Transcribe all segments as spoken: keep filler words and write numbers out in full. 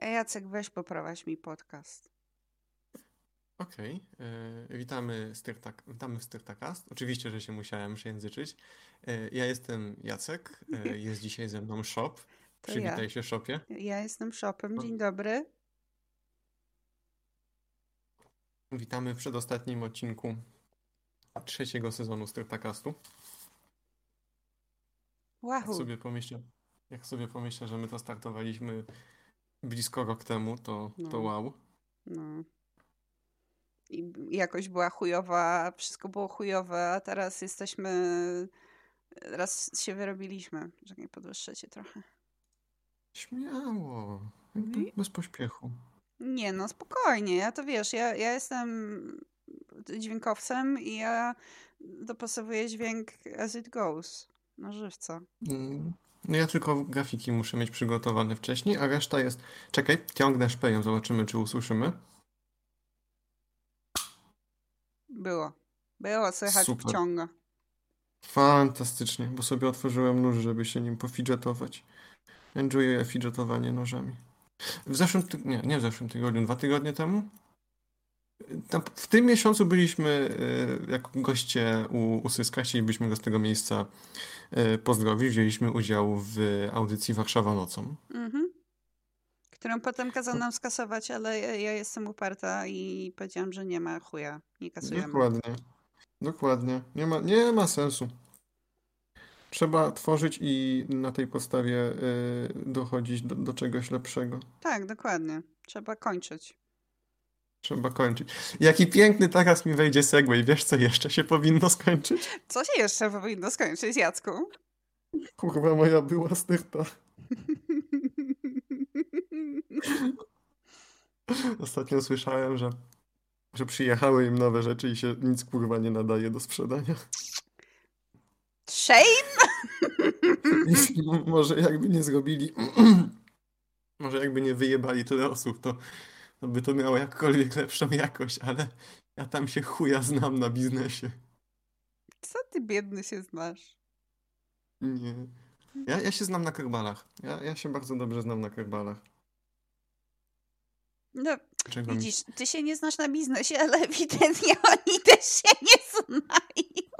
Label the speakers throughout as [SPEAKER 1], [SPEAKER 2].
[SPEAKER 1] Jacek, weź poprowadź mi podcast.
[SPEAKER 2] Okej, okay. Witamy, Styrtak, witamy w Styrtakast. Oczywiście, że się musiałem przejęzyczyć. E, Ja jestem Jacek, e, jest dzisiaj ze mną Shop.
[SPEAKER 1] To
[SPEAKER 2] Przywitaj
[SPEAKER 1] ja.
[SPEAKER 2] się, Shopie.
[SPEAKER 1] Ja jestem Shopem. Dzień dobry.
[SPEAKER 2] Witamy w przedostatnim odcinku trzeciego sezonu Styrtakastu. Jak
[SPEAKER 1] Wahoo.
[SPEAKER 2] sobie pomyślę, jak sobie pomyślę, że my to startowaliśmy blisko rok temu, to,
[SPEAKER 1] No.
[SPEAKER 2] to wow.
[SPEAKER 1] No. I jakoś była chujowa, wszystko było chujowe, a teraz jesteśmy... Raz się wyrobiliśmy. Czekaj, podwyższę cię trochę.
[SPEAKER 2] Śmiało, jakby
[SPEAKER 1] I?
[SPEAKER 2] bez pośpiechu.
[SPEAKER 1] Nie no, spokojnie. Ja to wiesz, ja, ja jestem dźwiękowcem i ja dopasowuję dźwięk as it goes. Na żywca.
[SPEAKER 2] Mm, No ja tylko grafiki muszę mieć przygotowane wcześniej, a reszta jest... Czekaj, ciągnę szpeję, zobaczymy, czy usłyszymy.
[SPEAKER 1] Było. Było, słychać
[SPEAKER 2] Super.
[SPEAKER 1] wciąga.
[SPEAKER 2] Fantastycznie, bo sobie otworzyłem nóż, żeby się nim pofidżetować. Enjoyuję fidżetowanie nożami. W zeszłym tygodniu, nie, nie w zeszłym tygodniu, dwa tygodnie temu? Tam w tym miesiącu byliśmy e, jako goście u, u Syska, chcielibyśmy go z tego miejsca e, pozdrowić. Wzięliśmy udział w audycji Warszawa nocą.
[SPEAKER 1] Mhm. Którą potem kazał nam skasować, ale ja, ja jestem uparta i powiedziałam, że nie ma chuja, nie kasujemy.
[SPEAKER 2] Dokładnie, dokładnie. Nie ma, nie ma sensu. Trzeba tworzyć i na tej podstawie e, dochodzić do, do czegoś lepszego.
[SPEAKER 1] Tak, dokładnie. Trzeba kończyć.
[SPEAKER 2] Trzeba kończyć. Jaki piękny teraz mi wejdzie segway. Wiesz, co jeszcze się powinno skończyć?
[SPEAKER 1] Co się jeszcze powinno skończyć, Jacku?
[SPEAKER 2] Kurwa, moja była styrta. Ostatnio słyszałem, że, że przyjechały im nowe rzeczy i się nic kurwa nie nadaje do sprzedania.
[SPEAKER 1] Shame?
[SPEAKER 2] Jeśli może jakby nie zrobili, może jakby nie wyjebali tyle osób, to, to by to miało jakkolwiek lepszą jakość, ale ja tam się chuja znam na biznesie.
[SPEAKER 1] Co ty biedny się znasz?
[SPEAKER 2] Nie. Ja, ja się znam na kerbalach. Ja, ja się bardzo dobrze znam na kerbalach.
[SPEAKER 1] No,
[SPEAKER 2] Czego mi...
[SPEAKER 1] widzisz, ty się nie znasz na biznesie, ale ewidentnie oni też się nie znają.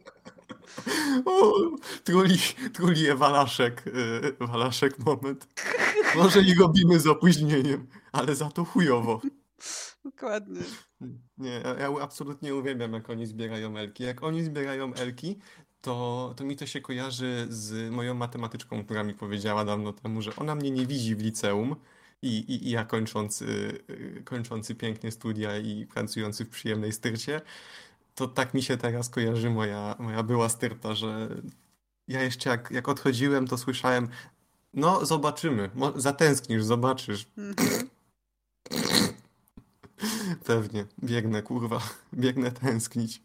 [SPEAKER 2] O, truli, truli Walaszek, yy, Walaszek moment. Może i robimy z opóźnieniem, ale za to chujowo.
[SPEAKER 1] Dokładnie.
[SPEAKER 2] Nie, ja, ja absolutnie uwielbiam, jak oni zbierają elki. Jak oni zbierają elki, to, to mi to się kojarzy z moją matematyczką, która mi powiedziała dawno temu, że ona mnie nie widzi w liceum i, i, i ja kończący, yy, kończący pięknie studia i pracujący w przyjemnej styrcie, to tak mi się teraz kojarzy moja, moja była styrta, że ja jeszcze jak, jak odchodziłem, to słyszałem, no zobaczymy, mo- zatęsknisz, zobaczysz.
[SPEAKER 1] Mhm.
[SPEAKER 2] Pewnie, biegnę, kurwa, biegnę tęsknić.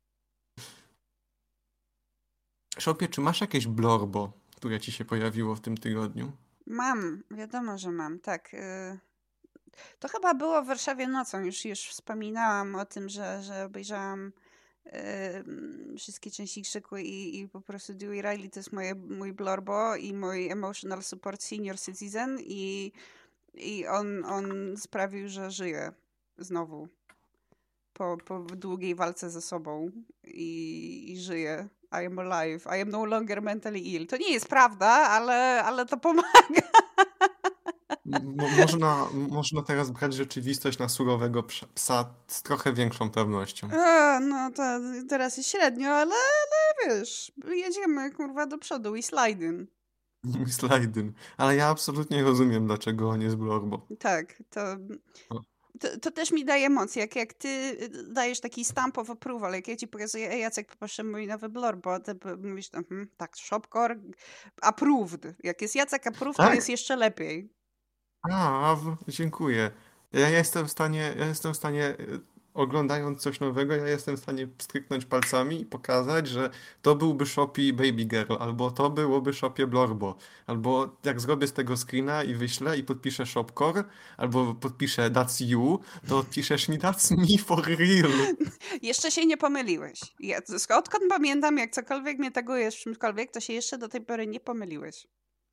[SPEAKER 2] Szopie, czy masz jakieś blorbo, które ci się pojawiło w tym tygodniu?
[SPEAKER 1] Mam, wiadomo, że mam, tak. y, To chyba było w Warszawie nocą, już, już wspominałam o tym, że, że obejrzałam y, mm, wszystkie części Krzyku i, i po prostu Dewey Riley to jest moje, mój blorbo i mój emotional support senior citizen i, i on, on sprawił, że żyję znowu po, po długiej walce ze sobą i, i żyję. I am alive. I am no longer mentally ill. To nie jest prawda, ale, ale to pomaga.
[SPEAKER 2] Mo- można, można teraz brać rzeczywistość na surowego psa- psa z trochę większą pewnością.
[SPEAKER 1] A, no to teraz jest średnio, ale, ale wiesz, jedziemy kurwa do przodu i sliding.
[SPEAKER 2] Slajdyn. Ale ja absolutnie rozumiem, dlaczego on jest blorbo.
[SPEAKER 1] Tak, to,
[SPEAKER 2] O.
[SPEAKER 1] to, to też mi daje emocje. Jak, jak ty dajesz taki stamp of approval, jak ja ci pokazuję, ej Jacek, popatrz mój nowy blur, bo ty mówisz, mhm, tak, shopcore approved. Jak jest Jacek approved, to
[SPEAKER 2] Tak?
[SPEAKER 1] jest jeszcze lepiej.
[SPEAKER 2] A, w- dziękuję. Ja jestem w stanie, ja jestem w stanie, y, oglądając coś nowego, ja jestem w stanie stryknąć palcami i pokazać, że to byłby Shopee Baby Girl, albo to byłoby Shopie Blorbo, albo jak zrobię z tego screena i wyślę i podpiszę Shopcore, albo podpiszę That's You, to odpiszesz mi That's Me for real.
[SPEAKER 1] Jeszcze się nie pomyliłeś. Ja, odkąd pamiętam, jak cokolwiek mnie tagujesz w czymkolwiek, to się jeszcze do tej pory nie pomyliłeś.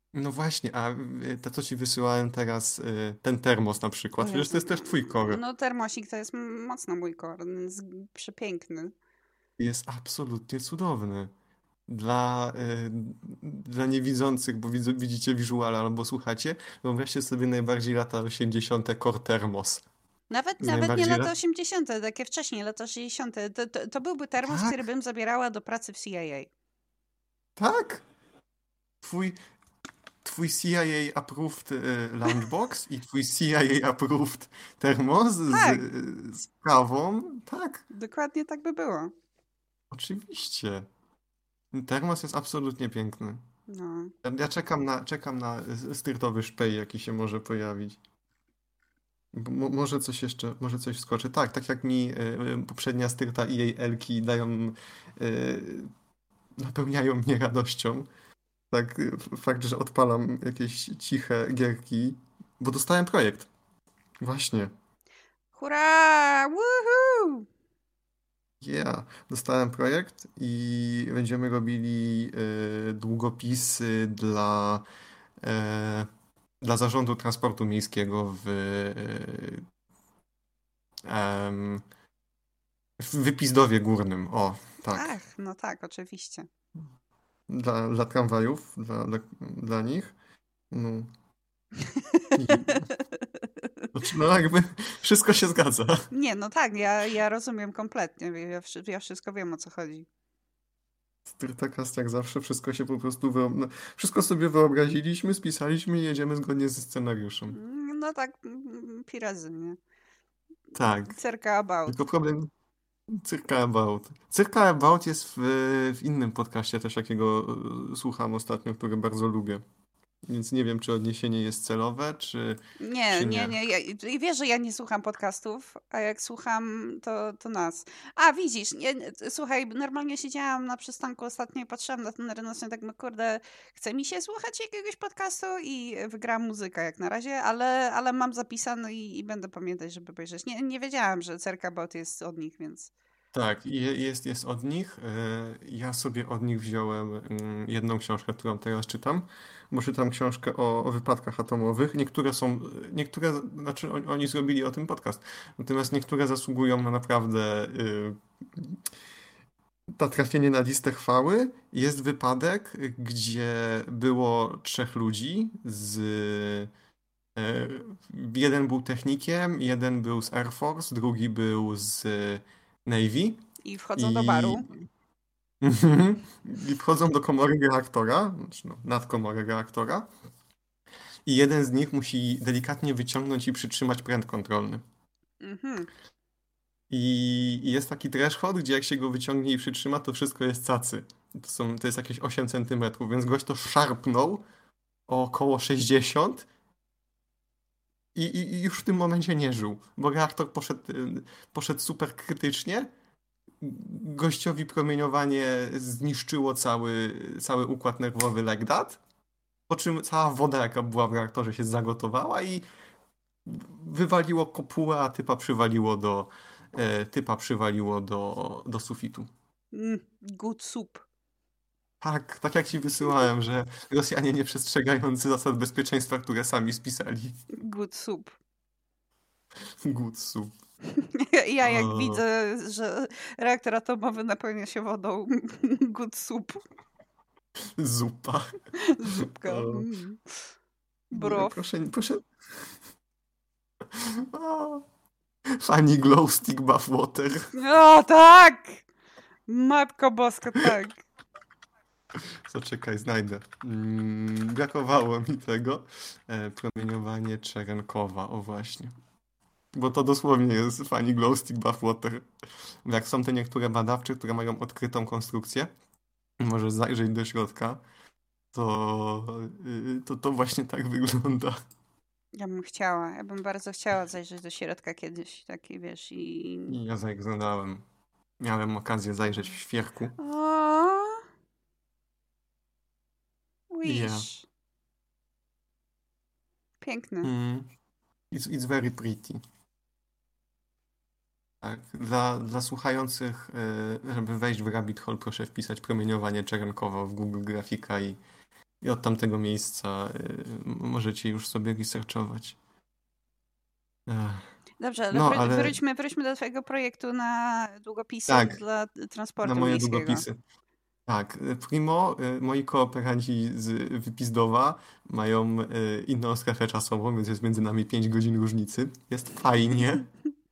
[SPEAKER 2] No właśnie, a y, to co ci wysyłałem teraz, y, ten termos na
[SPEAKER 1] O
[SPEAKER 2] przykład, przecież to
[SPEAKER 1] Jezu.
[SPEAKER 2] jest też twój core.
[SPEAKER 1] No termosik to jest m- mocno mój kor. On jest przepiękny.
[SPEAKER 2] Jest absolutnie cudowny. Dla, y, dla niewidzących, bo widzą, widzicie wizual albo słuchacie, wyobraźcie sobie najbardziej lata osiemdziesiąte core termos.
[SPEAKER 1] Nawet,
[SPEAKER 2] Z
[SPEAKER 1] nawet nie
[SPEAKER 2] najbardziej
[SPEAKER 1] lata
[SPEAKER 2] lat...
[SPEAKER 1] osiemdziesiąte, takie wcześniej, lata sześćdziesiąte. To, to, to byłby termos, który
[SPEAKER 2] Tak,
[SPEAKER 1] bym zabierała do pracy w C I A.
[SPEAKER 2] tak. Twój, twój C I A approved y, lunchbox i twój C I A approved termos z,
[SPEAKER 1] Tak,
[SPEAKER 2] z kawą. Tak,
[SPEAKER 1] dokładnie tak by było.
[SPEAKER 2] oczywiście. Termos jest absolutnie piękny.
[SPEAKER 1] No.
[SPEAKER 2] Ja ja czekam na, czekam na styrtowy szpej, jaki się może pojawić. Bo mo- może coś jeszcze, może coś wskoczy. Tak, tak jak mi y, poprzednia styrta i jej elki dają, y, napełniają mnie radością. Tak, y, fakt, że odpalam jakieś ciche gierki, bo dostałem projekt. Właśnie.
[SPEAKER 1] Hurra! Woohoo!
[SPEAKER 2] Yeah, dostałem projekt i będziemy robili y, długopisy dla, e, dla Zarządu Transportu Miejskiego w, y, em, w Wypizdowie Górnym. O, tak.
[SPEAKER 1] Ach, no tak, oczywiście.
[SPEAKER 2] Dla, dla tramwajów, dla, dla, dla nich. No, i, znaczy, no jakby wszystko się zgadza.
[SPEAKER 1] Nie, no tak, ja, ja rozumiem kompletnie. Ja, wszy- ja wszystko wiem, o co chodzi.
[SPEAKER 2] Styrtakast jak zawsze, wszystko się po prostu wyob... no, wszystko sobie wyobraziliśmy, spisaliśmy i jedziemy zgodnie ze scenariuszem.
[SPEAKER 1] Mm, No tak, mm, pirazy, nie?
[SPEAKER 2] Tak,
[SPEAKER 1] Cerka about.
[SPEAKER 2] tylko problem Cyrka About. Cyrka About jest w, w innym podcaście też, jakiego e, słucham ostatnio, który bardzo lubię. Więc nie wiem, czy odniesienie jest celowe, czy,
[SPEAKER 1] Nie,
[SPEAKER 2] czy
[SPEAKER 1] nie,
[SPEAKER 2] nie.
[SPEAKER 1] nie. Ja, i wiesz, że ja nie słucham podcastów, a jak słucham, to, to nas. A, widzisz, nie, nie, słuchaj, normalnie siedziałam na przystanku ostatnio i patrzyłam na ten rynek i tak, no kurde, chce mi się słuchać jakiegoś podcastu i wygrała muzyka jak na razie, ale, ale mam zapisane i, i będę pamiętać, żeby obejrzeć. Nie, nie wiedziałam, że Cerka Bot jest od nich, więc...
[SPEAKER 2] Tak, je- jest, jest od nich. E, Ja sobie od nich wziąłem mm, jedną książkę, którą teraz czytam, bo czytam książkę o, o wypadkach atomowych. Niektóre są, niektóre, znaczy oni, oni zrobili o tym podcast, natomiast niektóre zasługują na naprawdę y, na trafienie na listę chwały. Jest wypadek, gdzie było trzech ludzi z e, jeden był technikiem, jeden był z Air Force, drugi był z Navy.
[SPEAKER 1] I wchodzą do
[SPEAKER 2] I,
[SPEAKER 1] baru.
[SPEAKER 2] I wchodzą do komory reaktora, znaczy no, nad komorę reaktora. I jeden z nich musi delikatnie wyciągnąć i przytrzymać pręt kontrolny.
[SPEAKER 1] Mhm.
[SPEAKER 2] I i jest taki threshold, gdzie jak się go wyciągnie i przytrzyma, to wszystko jest cacy. To są, to jest jakieś osiem centymetrów, więc gość to szarpnął o około sześćdziesiąt i, i, i już w tym momencie nie żył, bo reaktor poszedł, y, poszedł super krytycznie. Gościowi promieniowanie zniszczyło cały, cały układ nerwowy like that, po czym cała woda, jaka była w reaktorze, się zagotowała i wywaliło kopułę, a typa przywaliło do, e, typa przywaliło do, do sufitu.
[SPEAKER 1] Mm, good soup.
[SPEAKER 2] Tak, tak jak ci wysyłałem, że Rosjanie nie przestrzegający zasad bezpieczeństwa, które sami spisali.
[SPEAKER 1] Good soup.
[SPEAKER 2] Gutsu.
[SPEAKER 1] Ja jak
[SPEAKER 2] O,
[SPEAKER 1] widzę, że reaktor atomowy napełnia się wodą, good soup,
[SPEAKER 2] zupa.
[SPEAKER 1] zupka,
[SPEAKER 2] O,
[SPEAKER 1] mm.
[SPEAKER 2] nie,
[SPEAKER 1] Broth.
[SPEAKER 2] proszę, proszę. O, Funny glow stick bath water.
[SPEAKER 1] O, tak! Matko Boska, tak.
[SPEAKER 2] Zaczekaj, znajdę. Mm, brakowało mi tego. E, promieniowanie Czerenkowa, o właśnie. Bo to dosłownie jest Funny glow stick bath water. Jak są te niektóre badawcze, które mają odkrytą konstrukcję, możesz zajrzeć do środka, to, y, to, to właśnie tak wygląda.
[SPEAKER 1] Ja bym chciała, ja bym bardzo chciała zajrzeć do środka kiedyś, taki wiesz, i...
[SPEAKER 2] I ja zaglądałem. Miałem okazję zajrzeć w świerku.
[SPEAKER 1] O,
[SPEAKER 2] Yeah.
[SPEAKER 1] wish. Piękny.
[SPEAKER 2] Mm. It's, it's very pretty. Tak. Dla, dla słuchających, y, żeby wejść w rabbit hole, proszę wpisać promieniowanie Czerenkowa w Google Grafika i, i od tamtego miejsca y, możecie już sobie researchować. Ech.
[SPEAKER 1] Dobrze, ale
[SPEAKER 2] No,
[SPEAKER 1] wró-
[SPEAKER 2] ale
[SPEAKER 1] wróćmy, wróćmy do twojego projektu na długopisy
[SPEAKER 2] tak,
[SPEAKER 1] dla
[SPEAKER 2] na
[SPEAKER 1] transportu
[SPEAKER 2] moje
[SPEAKER 1] miejskiego.
[SPEAKER 2] długopisy. Tak, y, Primo, y, moi kooperanci z Wypizdowa mają y, inną strefę czasową, więc jest między nami pięć godzin różnicy. Jest fajnie,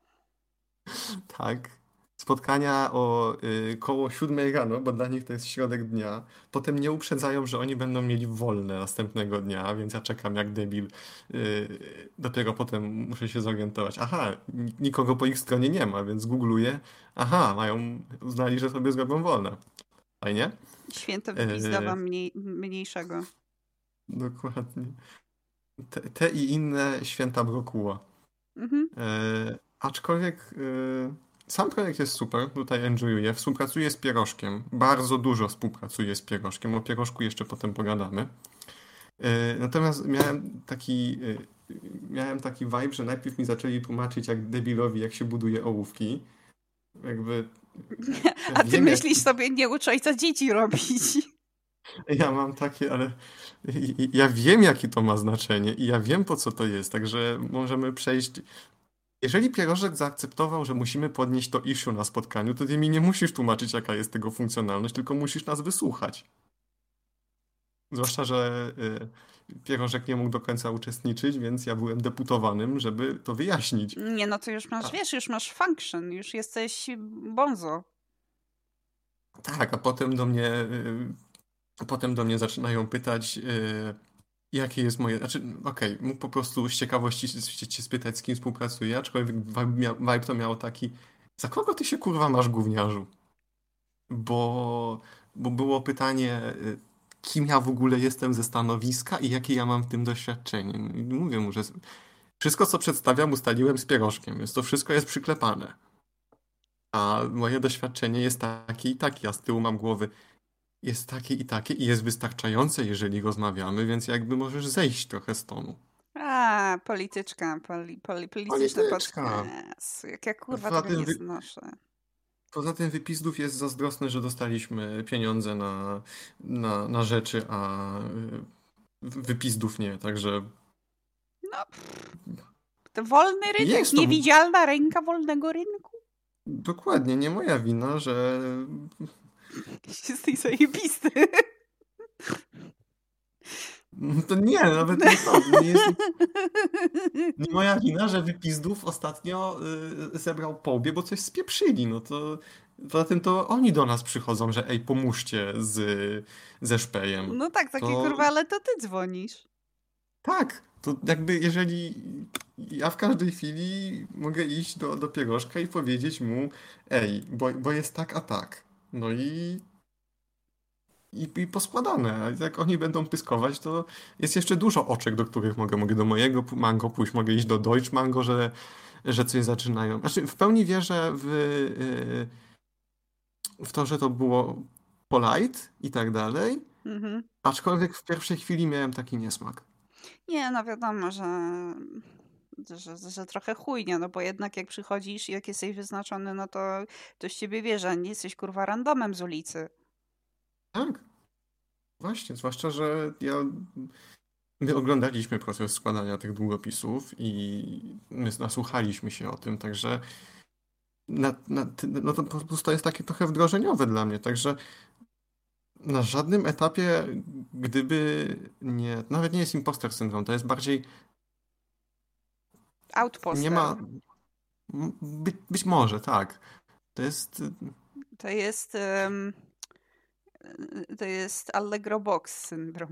[SPEAKER 2] tak. Spotkania o y, koło siódmej rano, bo dla nich to jest środek dnia. Potem mnie uprzedzają, że oni będą mieli wolne następnego dnia, więc ja czekam jak debil. Y, dopiero potem muszę się zorientować. Aha, ni- nikogo po ich stronie nie ma, więc googluję. Aha, mają, uznali, że sobie zrobią wolne. Fajnie?
[SPEAKER 1] Święto
[SPEAKER 2] Y,
[SPEAKER 1] Wypizdowa mniej, mniejszego.
[SPEAKER 2] dokładnie. Te, te i inne święta brokuła.
[SPEAKER 1] Mhm.
[SPEAKER 2] E, aczkolwiek e, sam projekt jest super, tutaj enjoyuję. Współpracuję z Pierożkiem. Bardzo dużo współpracuję z Pierożkiem. O Pierożku jeszcze potem pogadamy. E, natomiast miałem taki, e, miałem taki vibe, że najpierw mi zaczęli tłumaczyć jak debilowi, jak się buduje ołówki. Jakby ja
[SPEAKER 1] A ty
[SPEAKER 2] wiem, jak,
[SPEAKER 1] myślisz sobie, nie ucz ojca dzieci robić.
[SPEAKER 2] ja mam takie, ale i- i- ja wiem, jakie to ma znaczenie i ja wiem, po co to jest, także możemy przejść. Jeżeli Pierożek zaakceptował, że musimy podnieść to issue na spotkaniu, to ty mi nie musisz tłumaczyć, jaka jest tego funkcjonalność, tylko musisz nas wysłuchać. Zwłaszcza, że y, Pierożek nie mógł do końca uczestniczyć, więc ja byłem deputowanym, żeby to wyjaśnić.
[SPEAKER 1] Nie, no to już masz,
[SPEAKER 2] A,
[SPEAKER 1] wiesz, już masz function, już jesteś bonzo.
[SPEAKER 2] tak, a potem do mnie, y, potem do mnie zaczynają pytać, y, jakie jest moje. Znaczy, okej, mógł po prostu z ciekawości się cię spytać, z kim współpracuję, aczkolwiek vibe, mia- vibe to miał taki, za kogo ty się kurwa masz, gówniarzu? bo, bo było pytanie, y, kim ja w ogóle jestem ze stanowiska i jakie ja mam w tym doświadczenie. No i mówię mu, że wszystko, co przedstawiam, ustaliłem z Pierożkiem, więc to wszystko jest przyklepane. A moje doświadczenie jest takie i takie, a z tyłu mam głowy jest takie i takie i jest wystarczające, jeżeli rozmawiamy, więc jakby możesz zejść trochę z tonu.
[SPEAKER 1] A, polityczka, poli, poli, polityczny
[SPEAKER 2] Polityczka.
[SPEAKER 1] podcast. Jak ja kurwa
[SPEAKER 2] Poza
[SPEAKER 1] tego
[SPEAKER 2] tym,
[SPEAKER 1] nie
[SPEAKER 2] wy,
[SPEAKER 1] znoszę.
[SPEAKER 2] poza tym Wypizdów jest zazdrosny, że dostaliśmy pieniądze na, na, na rzeczy, a y, Wypizdów nie, także
[SPEAKER 1] No, to wolny rynek,
[SPEAKER 2] jest to
[SPEAKER 1] niewidzialna ręka wolnego rynku.
[SPEAKER 2] dokładnie nie moja wina, że
[SPEAKER 1] Jesteś zajebisty.
[SPEAKER 2] to nie, nawet nie to, nie jest nie moja wina, że Wypizdów ostatnio y, zebrał połbie, bo coś spieprzyli, no to poza tym to oni do nas przychodzą, że ej, pomóżcie z, ze szpejem.
[SPEAKER 1] No tak, takie
[SPEAKER 2] To
[SPEAKER 1] kurwa, ale to ty dzwonisz.
[SPEAKER 2] tak, to jakby jeżeli ja w każdej chwili mogę iść do, do Pierożka i powiedzieć mu, ej, bo, bo jest tak, a tak. No i i, i poskładane. A jak oni będą pyskować, to jest jeszcze dużo oczek, do których mogę. Mogę do mojego Mango pójść, mogę iść do Deutsche Mango, że, że coś zaczynają. Znaczy, w pełni wierzę w, yy, w to, że to było polite i tak dalej,
[SPEAKER 1] Mhm.
[SPEAKER 2] aczkolwiek w pierwszej chwili miałem taki niesmak.
[SPEAKER 1] Nie, no wiadomo, że, że, że trochę chujnie, no bo jednak jak przychodzisz i jak jesteś wyznaczony, no to ktoś ciebie bierze, nie jesteś kurwa randomem z ulicy.
[SPEAKER 2] Tak, właśnie, zwłaszcza, że ja my oglądaliśmy proces składania tych długopisów i my nasłuchaliśmy się o tym, także na, na, no to po prostu to jest takie trochę wdrożeniowe dla mnie, także na żadnym etapie, gdyby nie, nawet nie jest imposter syndrom, to jest bardziej, nie
[SPEAKER 1] Outposter.
[SPEAKER 2] ma, m- być, być może, tak, to jest,
[SPEAKER 1] To jest... em, to jest Allegro Box syndrom.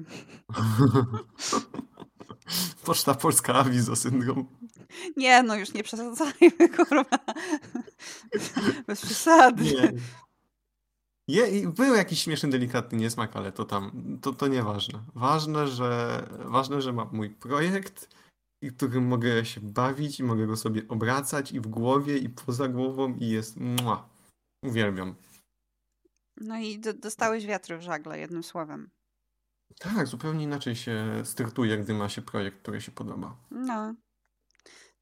[SPEAKER 2] Poczta Polska awizo syndrom.
[SPEAKER 1] Nie, no już nie przesadzajmy, kurwa. Bez przesady.
[SPEAKER 2] Nie. Je, i był jakiś śmieszny, delikatny niesmak, ale to tam, to, to nieważne. Ważne, że, ważne, że mam mój projekt, i którym mogę się bawić i mogę go sobie obracać i w głowie, i poza głową i jest, mua, uwielbiam.
[SPEAKER 1] No i do, dostałeś wiatry w żagle, jednym słowem.
[SPEAKER 2] Tak, zupełnie inaczej się startuje, gdy ma się projekt, który się podoba.
[SPEAKER 1] No.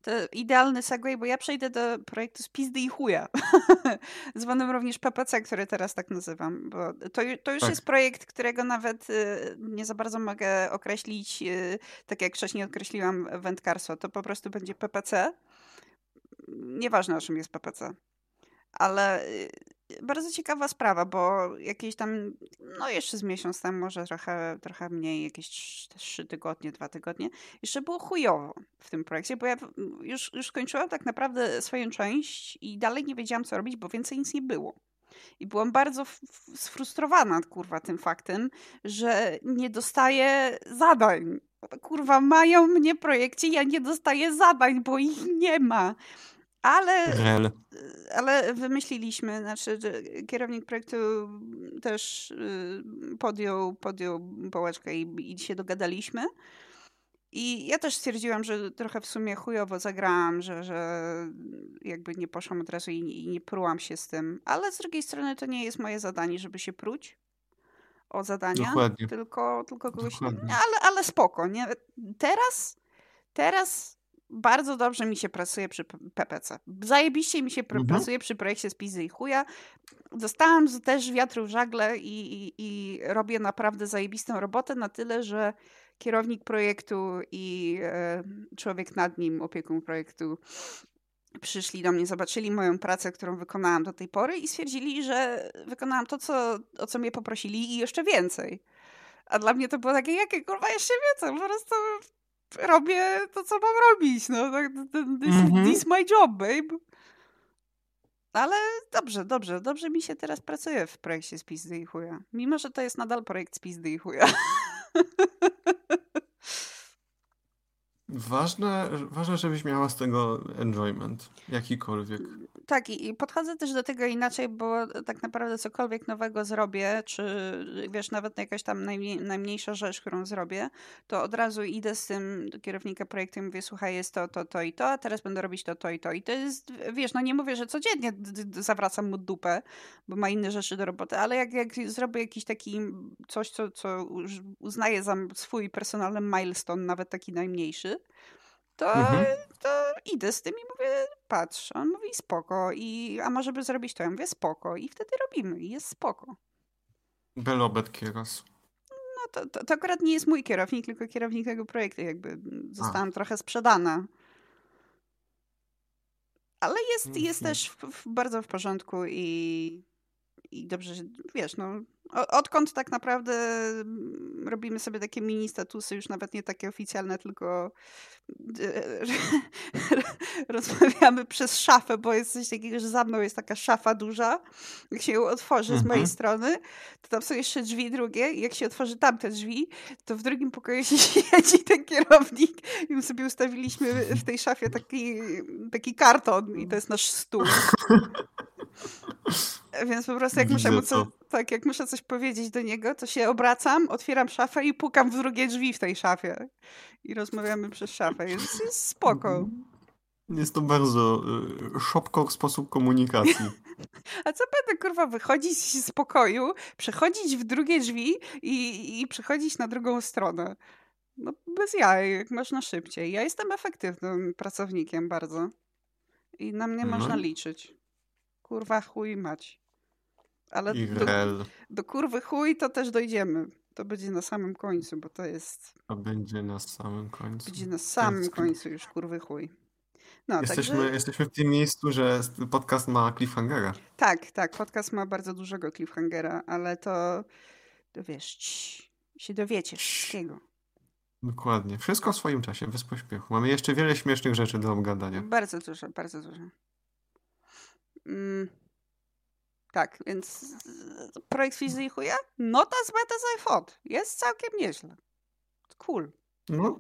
[SPEAKER 1] To idealny segue, bo ja przejdę do projektu z pizdy i chuja. Zwanym również P P C, który teraz tak nazywam. Bo to, to już
[SPEAKER 2] Tak.
[SPEAKER 1] jest projekt, którego nawet y, nie za bardzo mogę określić, y, tak jak wcześniej określiłam wędkarstwo. To po prostu będzie P P C. Nieważne, o czym jest P P C. Ale y, bardzo ciekawa sprawa, bo jakieś tam, no jeszcze z miesiąc temu, może trochę, trochę mniej, jakieś trz- trzy tygodnie, dwa tygodnie, jeszcze było chujowo w tym projekcie, bo ja w- już, już skończyłam tak naprawdę swoją część i dalej nie wiedziałam, co robić, bo więcej nic nie było. I byłam bardzo f- f- sfrustrowana, kurwa, tym faktem, że nie dostaję zadań. Kurwa, mają mnie projekcie, ja nie dostaję zadań, bo ich nie ma. Ale
[SPEAKER 2] Rel.
[SPEAKER 1] ale wymyśliliśmy, znaczy że kierownik projektu też y, podjął, podjął pałeczkę i, i się dogadaliśmy. I ja też stwierdziłam, że trochę w sumie chujowo zagrałam, że, że jakby nie poszłam od razu i, i nie prułam się z tym. Ale z drugiej strony to nie jest moje zadanie, żeby się pruć o zadania,
[SPEAKER 2] Dokładnie.
[SPEAKER 1] tylko, tylko kogoś...
[SPEAKER 2] Dokładnie.
[SPEAKER 1] Ale, ale spoko, nie? Teraz, teraz bardzo dobrze mi się pracuje przy P- PPC. Zajebiście mi się pr-
[SPEAKER 2] Mhm.
[SPEAKER 1] pracuje przy projekcie z Pizzy i chuja. Dostałam z- też wiatru w żagle i, i, i robię naprawdę zajebistą robotę na tyle, że kierownik projektu i e, człowiek nad nim, opiekun projektu, przyszli do mnie, zobaczyli moją pracę, którą wykonałam do tej pory i stwierdzili, że wykonałam to, co, o co mnie poprosili i jeszcze więcej. A dla mnie to było takie, jakie kurwa jeszcze więcej? Po prostu robię to, co mam robić. No, tak, this,
[SPEAKER 2] Mhm.
[SPEAKER 1] this my job, babe. Ale dobrze, dobrze, dobrze mi się teraz pracuje w projekcie z Pizdy i chuja. Mimo, że to jest nadal projekt z Pizdy i chuja.
[SPEAKER 2] Ważne, ważne, żebyś miała z tego enjoyment, jakikolwiek.
[SPEAKER 1] Tak, i i podchodzę też do tego inaczej, bo tak naprawdę cokolwiek nowego zrobię, czy wiesz, nawet jakaś tam najmniej, najmniejsza rzecz, którą zrobię, to od razu idę z tym do kierownika projektu i mówię, słuchaj, jest to, to, to i to, a teraz będę robić to, to i to. I to jest, wiesz, no nie mówię, że codziennie d- d- zawracam mu dupę, bo ma inne rzeczy do roboty, ale jak, jak zrobię jakiś taki coś, co, co już uznaję za swój personalny milestone, nawet taki najmniejszy, to,
[SPEAKER 2] Mhm.
[SPEAKER 1] to idę z tym i mówię, patrz, on mówi spoko, i, a może by zrobić to? Ja mówię spoko i wtedy robimy i jest spoko.
[SPEAKER 2] Belobet kieras.
[SPEAKER 1] No to, to, to akurat nie jest mój kierownik, tylko kierownik tego projektu, jakby
[SPEAKER 2] A.
[SPEAKER 1] zostałam trochę sprzedana. Ale jest, jest
[SPEAKER 2] Mhm.
[SPEAKER 1] też w, w, bardzo w porządku i, i dobrze, że wiesz, no o- odkąd tak naprawdę mm, robimy sobie takie mini statusy, już nawet nie takie oficjalne, tylko e, rozmawiamy przez szafę, bo jest coś takiego, że za mną jest taka szafa duża. Jak się ją otworzy z mojej
[SPEAKER 2] Mhm.
[SPEAKER 1] strony, to tam są jeszcze drzwi drugie i jak się otworzy tamte drzwi, to w drugim pokoju siedzi ten kierownik i my sobie ustawiliśmy w tej szafie taki, taki karton i to jest nasz stół. Więc po prostu jak muszę,
[SPEAKER 2] Widzę
[SPEAKER 1] mu co,
[SPEAKER 2] to.
[SPEAKER 1] tak, jak muszę coś powiedzieć do niego, to się obracam, otwieram szafę i pukam w drugie drzwi w tej szafie. I rozmawiamy przez szafę. Jest, jest spoko.
[SPEAKER 2] Jest to bardzo y, szopko sposób komunikacji.
[SPEAKER 1] A co będę, kurwa, wychodzić z pokoju, przechodzić w drugie drzwi i, i przechodzić na drugą stronę? No bez jaj, jak można szybciej. Ja jestem efektywnym pracownikiem bardzo. I na mnie
[SPEAKER 2] No.
[SPEAKER 1] można liczyć. Kurwa, chuj mać. Ale
[SPEAKER 2] I
[SPEAKER 1] do,
[SPEAKER 2] rel.
[SPEAKER 1] do kurwy chuj to też dojdziemy. To będzie na samym końcu, bo to jest...
[SPEAKER 2] A będzie na samym końcu.
[SPEAKER 1] Będzie na samym
[SPEAKER 2] jest-
[SPEAKER 1] końcu już kurwy chuj. No,
[SPEAKER 2] Jesteśmy,
[SPEAKER 1] także...
[SPEAKER 2] jesteśmy w tym miejscu, że podcast ma cliffhangera.
[SPEAKER 1] Tak, tak, podcast ma bardzo dużego cliffhangera, ale to, to wiesz, cii, się dowiecie wszystkiego.
[SPEAKER 2] Dokładnie. Wszystko w swoim czasie, bez pośpiechu. Mamy jeszcze wiele śmiesznych rzeczy do obgadania.
[SPEAKER 1] Bardzo dużo, bardzo dużo. Mm, tak, więc projekt Fizy i chuja? Not as bad as I thought. Jest całkiem nieźle. Cool.
[SPEAKER 2] No.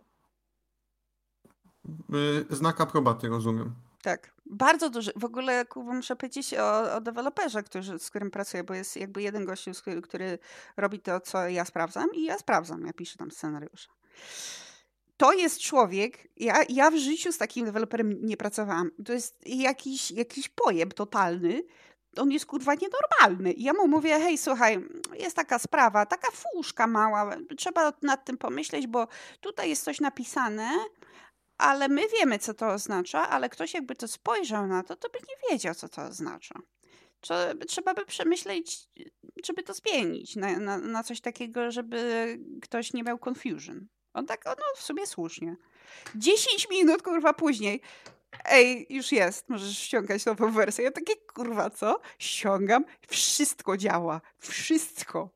[SPEAKER 2] Y, Znak aprobaty, rozumiem.
[SPEAKER 1] Tak, bardzo duży. W ogóle kurwa, muszę powiedzieć o, o deweloperze, który, z którym pracuję, bo jest jakby jeden gościu, z który, który robi to, co ja sprawdzam i ja sprawdzam, ja piszę tam scenariusze. To jest człowiek, ja, ja w życiu z takim deweloperem nie pracowałam. To jest jakiś, jakiś pojeb totalny. On jest kurwa nienormalny. I ja mu mówię, hej, słuchaj, jest taka sprawa, taka fuszka mała, trzeba nad tym pomyśleć, bo tutaj jest coś napisane, ale my wiemy, co to oznacza, ale ktoś jakby to spojrzał na to, to by nie wiedział, co to oznacza. Trze- Trzeba by przemyśleć, żeby to zmienić na, na, na coś takiego, żeby ktoś nie miał confusion. On tak, o, no w sumie słusznie. dziesięć minut, kurwa, później. Ej, już jest, możesz ściągać nową wersję. Ja takie, kurwa, co? Ściągam, wszystko działa. Wszystko.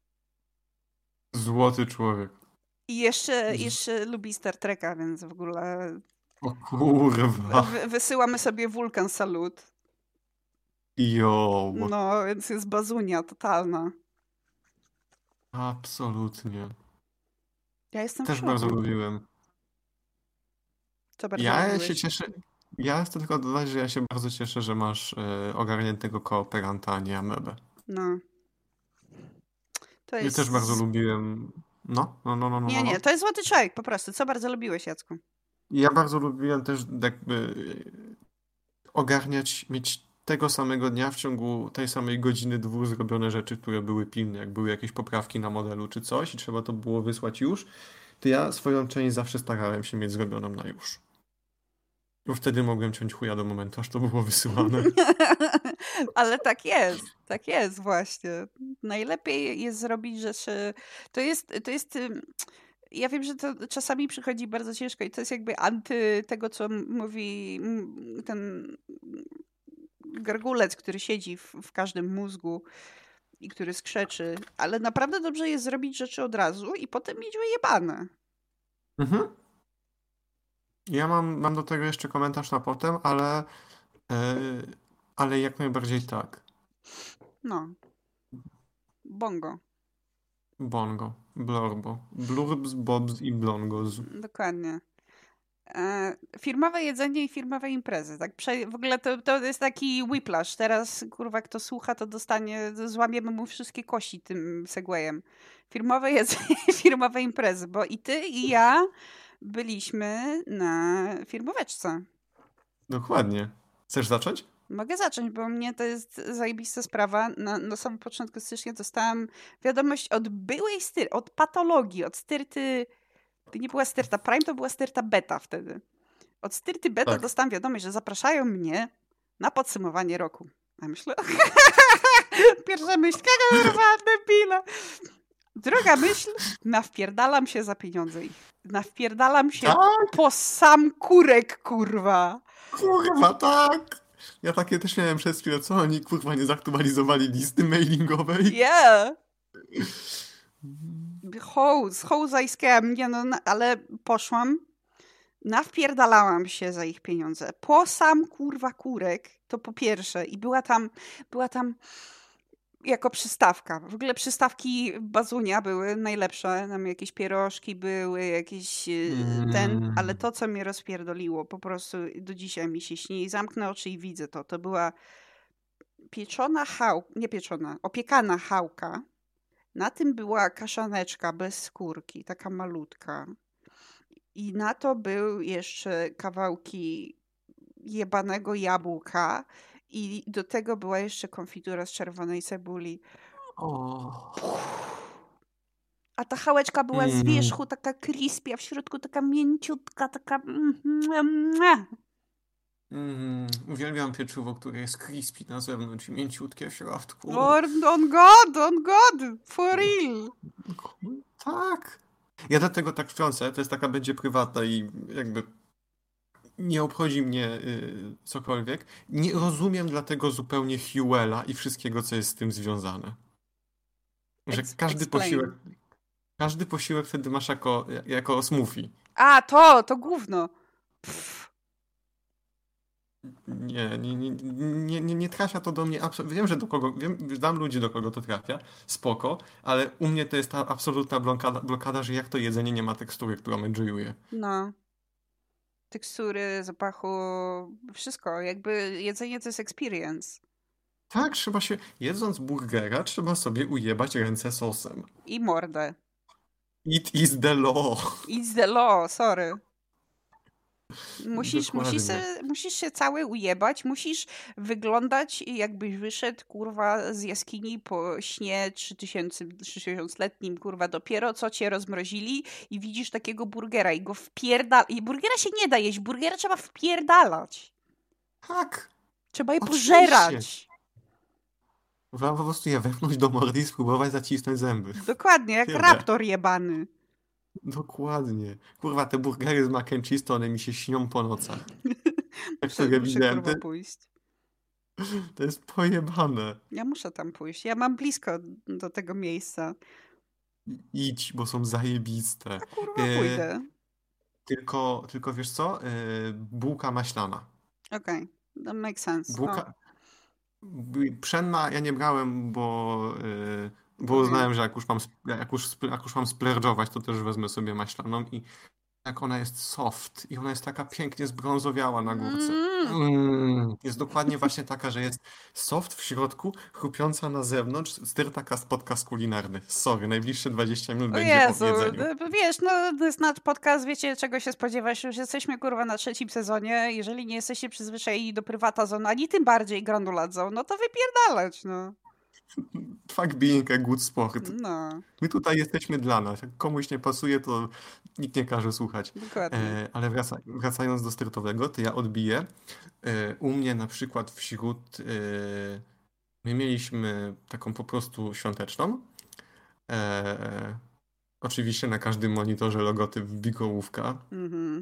[SPEAKER 2] Złoty człowiek.
[SPEAKER 1] I jeszcze,
[SPEAKER 2] Z...
[SPEAKER 1] jeszcze lubi Star Treka, więc w ogóle
[SPEAKER 2] O kurwa.
[SPEAKER 1] wy- wysyłamy sobie wulkan salut.
[SPEAKER 2] Jo.
[SPEAKER 1] No, więc jest bazunia totalna.
[SPEAKER 2] Absolutnie.
[SPEAKER 1] Ja jestem w
[SPEAKER 2] Też bardzo
[SPEAKER 1] szoku.
[SPEAKER 2] lubiłem.
[SPEAKER 1] Co bardzo
[SPEAKER 2] Ja się
[SPEAKER 1] lubiłeś?
[SPEAKER 2] cieszę. Ja chcę tylko dodać, że ja się bardzo cieszę, że masz e, ogarniętego kooperanta, a nie amebę.
[SPEAKER 1] No, to
[SPEAKER 2] Ja też bardzo
[SPEAKER 1] jest...
[SPEAKER 2] lubiłem. No, no, no, no, no,
[SPEAKER 1] Nie,
[SPEAKER 2] no.
[SPEAKER 1] nie, to jest złoty człowiek po prostu. Co bardzo lubiłeś, Jacku?
[SPEAKER 2] Ja bardzo lubiłem też jakby ogarniać, mieć tego samego dnia w ciągu tej samej godziny, dwóch zrobione rzeczy, które były pilne, jak były jakieś poprawki na modelu czy coś i trzeba to było wysłać już, to ja swoją część zawsze starałem się mieć zrobioną na już. Bo wtedy mogłem ciąć chuja do momentu, aż to było wysyłane.
[SPEAKER 1] Ale tak jest, tak jest właśnie. Najlepiej jest zrobić rzeczy. To jest, to jest. ym, Ja wiem, że to czasami przychodzi bardzo ciężko i to jest jakby anty tego, co m- mówi m, ten gargulec, który siedzi w, w każdym mózgu i który skrzeczy. Ale naprawdę dobrze jest zrobić rzeczy od razu i potem mieć wyjebane.
[SPEAKER 2] Mhm. Ja mam, mam do tego jeszcze komentarz na potem, ale, e, ale jak najbardziej tak.
[SPEAKER 1] No, bongo.
[SPEAKER 2] Bongo, blorbo, blurbs, bobs i blongos.
[SPEAKER 1] Dokładnie. E, firmowe jedzenie i firmowe imprezy. Tak prze... W ogóle to, to jest taki whiplash. Teraz, kurwa, kto słucha, to dostanie, złamiemy mu wszystkie kości tym segwayem. Firmowe jedzenie i firmowe imprezy, bo i ty, i ja byliśmy na firmóweczce.
[SPEAKER 2] Dokładnie. Chcesz zacząć?
[SPEAKER 1] Mogę zacząć, bo mnie to jest zajebista sprawa. Na, na samym początku stycznia dostałam wiadomość od byłej styr, od patologii, od styrty. To nie była styrta Prime, to była styrta Beta wtedy. Od styrty Beta
[SPEAKER 2] Tak.
[SPEAKER 1] dostałam wiadomość, że zapraszają mnie na podsumowanie roku. A myślę, pierwsza myśl, kurwa, debila. Druga myśl, nawpierdalam się za pieniądze ich. Nawpierdalam się
[SPEAKER 2] Tak,
[SPEAKER 1] po sam kurek, kurwa.
[SPEAKER 2] kurwa, tak! Ja takie też miałem przez chwilę, co oni kurwa nie zaktualizowali listy mailingowej?
[SPEAKER 1] Yeah. Hołz, hołza i scam, nie no, na- ale poszłam, nawpierdalałam się za ich pieniądze. Po sam kurwa kurek, to po pierwsze. I była tam, była tam jako przystawka. W ogóle przystawki Bazunia były najlepsze. Tam jakieś pierożki były, jakieś yy, ten,
[SPEAKER 2] Mm.
[SPEAKER 1] ale to, co mnie rozpierdoliło, po prostu do dzisiaj mi się śni. Zamknę oczy i widzę to. To była pieczona chałka, nie pieczona, opiekana chałka. Na tym była kaszaneczka bez skórki, taka malutka. I na to był jeszcze kawałki jebanego jabłka i do tego była jeszcze konfitura z czerwonej cebuli.
[SPEAKER 2] O.
[SPEAKER 1] A ta chałeczka była z
[SPEAKER 2] Mm.
[SPEAKER 1] wierzchu taka crispy, a w środku taka mięciutka, taka... mm, mm, mm.
[SPEAKER 2] Mm, uwielbiam pieczywo, które jest crispy na zewnątrz i mięciutkie w środku.
[SPEAKER 1] On, on God, on God, for real.
[SPEAKER 2] Tak. Ja dlatego tak wtrącę, to jest taka będzie prywatna i jakby nie obchodzi mnie y, cokolwiek. Nie rozumiem dlatego zupełnie Huela i wszystkiego, co jest z tym związane. Że
[SPEAKER 1] Ex-
[SPEAKER 2] każdy
[SPEAKER 1] explain.
[SPEAKER 2] posiłek, każdy posiłek wtedy masz jako, jako smoothie.
[SPEAKER 1] A, to, to gówno. Pff,
[SPEAKER 2] Nie, nie, nie, nie, nie, nie trafia to do mnie. abso- Wiem, że do kogo, wiem, znam ludzi, do kogo to trafia, spoko, ale u mnie to jest ta absolutna blokada, blokada, że jak to jedzenie nie ma tekstury, którą enjoyuję.
[SPEAKER 1] no. Tekstury, zapachu, wszystko. Jakby jedzenie to jest experience.
[SPEAKER 2] Tak, trzeba się, jedząc burgera, trzeba sobie ujebać ręce sosem.
[SPEAKER 1] I mordę.
[SPEAKER 2] It is the law.
[SPEAKER 1] It's the law, sorry. Musisz, musisz,
[SPEAKER 2] Dokładnie.
[SPEAKER 1] se, musisz się cały ujebać, musisz wyglądać jakbyś wyszedł, kurwa, z jaskini po śnie trzytysięcioletnim, kurwa, dopiero co cię rozmrozili i widzisz takiego burgera i go wpierdal... I burgera się nie da jeść, burgera trzeba wpierdalać.
[SPEAKER 2] Tak,
[SPEAKER 1] Trzeba je
[SPEAKER 2] oczywiście.
[SPEAKER 1] pożerać.
[SPEAKER 2] Trzeba po prostu je wepchnąć do mordy i spróbować zacisnąć zęby.
[SPEAKER 1] Dokładnie, jak
[SPEAKER 2] Tyle.
[SPEAKER 1] raptor jebany.
[SPEAKER 2] Dokładnie. Kurwa, te burgery z mac and cheese, to one mi się śnią po nocach. Jak
[SPEAKER 1] Muszę,
[SPEAKER 2] sobie
[SPEAKER 1] muszę
[SPEAKER 2] widziałem,
[SPEAKER 1] kurwa
[SPEAKER 2] to,
[SPEAKER 1] pójść.
[SPEAKER 2] to jest pojebane.
[SPEAKER 1] Ja muszę tam pójść. Ja mam blisko do tego miejsca.
[SPEAKER 2] Idź, bo są zajebiste.
[SPEAKER 1] A kurwa
[SPEAKER 2] E,
[SPEAKER 1] pójdę.
[SPEAKER 2] tylko, tylko wiesz co? E, bułka maślana.
[SPEAKER 1] Okej, okay. That makes sense.
[SPEAKER 2] Bułka... b- Pszenna ja nie brałem, bo, e, bo
[SPEAKER 1] Okej.
[SPEAKER 2] uznałem, że jak już mam, sp- jak już, sp- jak już mam splerdżować, to też wezmę sobie maślaną i jak ona jest soft i ona jest taka pięknie zbrązowiała na górce.
[SPEAKER 1] Mm.
[SPEAKER 2] Mm, jest dokładnie właśnie taka, że jest soft w środku, chrupiąca na zewnątrz. Styr taka podcast kulinarny. Sorry, najbliższe dwadzieścia minut
[SPEAKER 1] O
[SPEAKER 2] będzie
[SPEAKER 1] Jezu,
[SPEAKER 2] o jedzeniu.
[SPEAKER 1] d- wiesz, no to jest nasz podcast, wiecie czego się spodziewać, już jesteśmy kurwa na trzecim sezonie, jeżeli nie jesteście przyzwyczajeni do prywata zone, ani tym bardziej granulat zone, no to wypierdalać, no.
[SPEAKER 2] Fuck being a good sport.
[SPEAKER 1] No,
[SPEAKER 2] My tutaj jesteśmy dla nas. Jak komuś nie pasuje, to nikt nie każe słuchać.
[SPEAKER 1] dokładnie.
[SPEAKER 2] E, ale wraca, wracając do styrtowego, to ja odbiję. E, u mnie na przykład wśród... E, my mieliśmy taką po prostu świąteczną. E, oczywiście na każdym monitorze logotyp Bikołówka.
[SPEAKER 1] Mhm.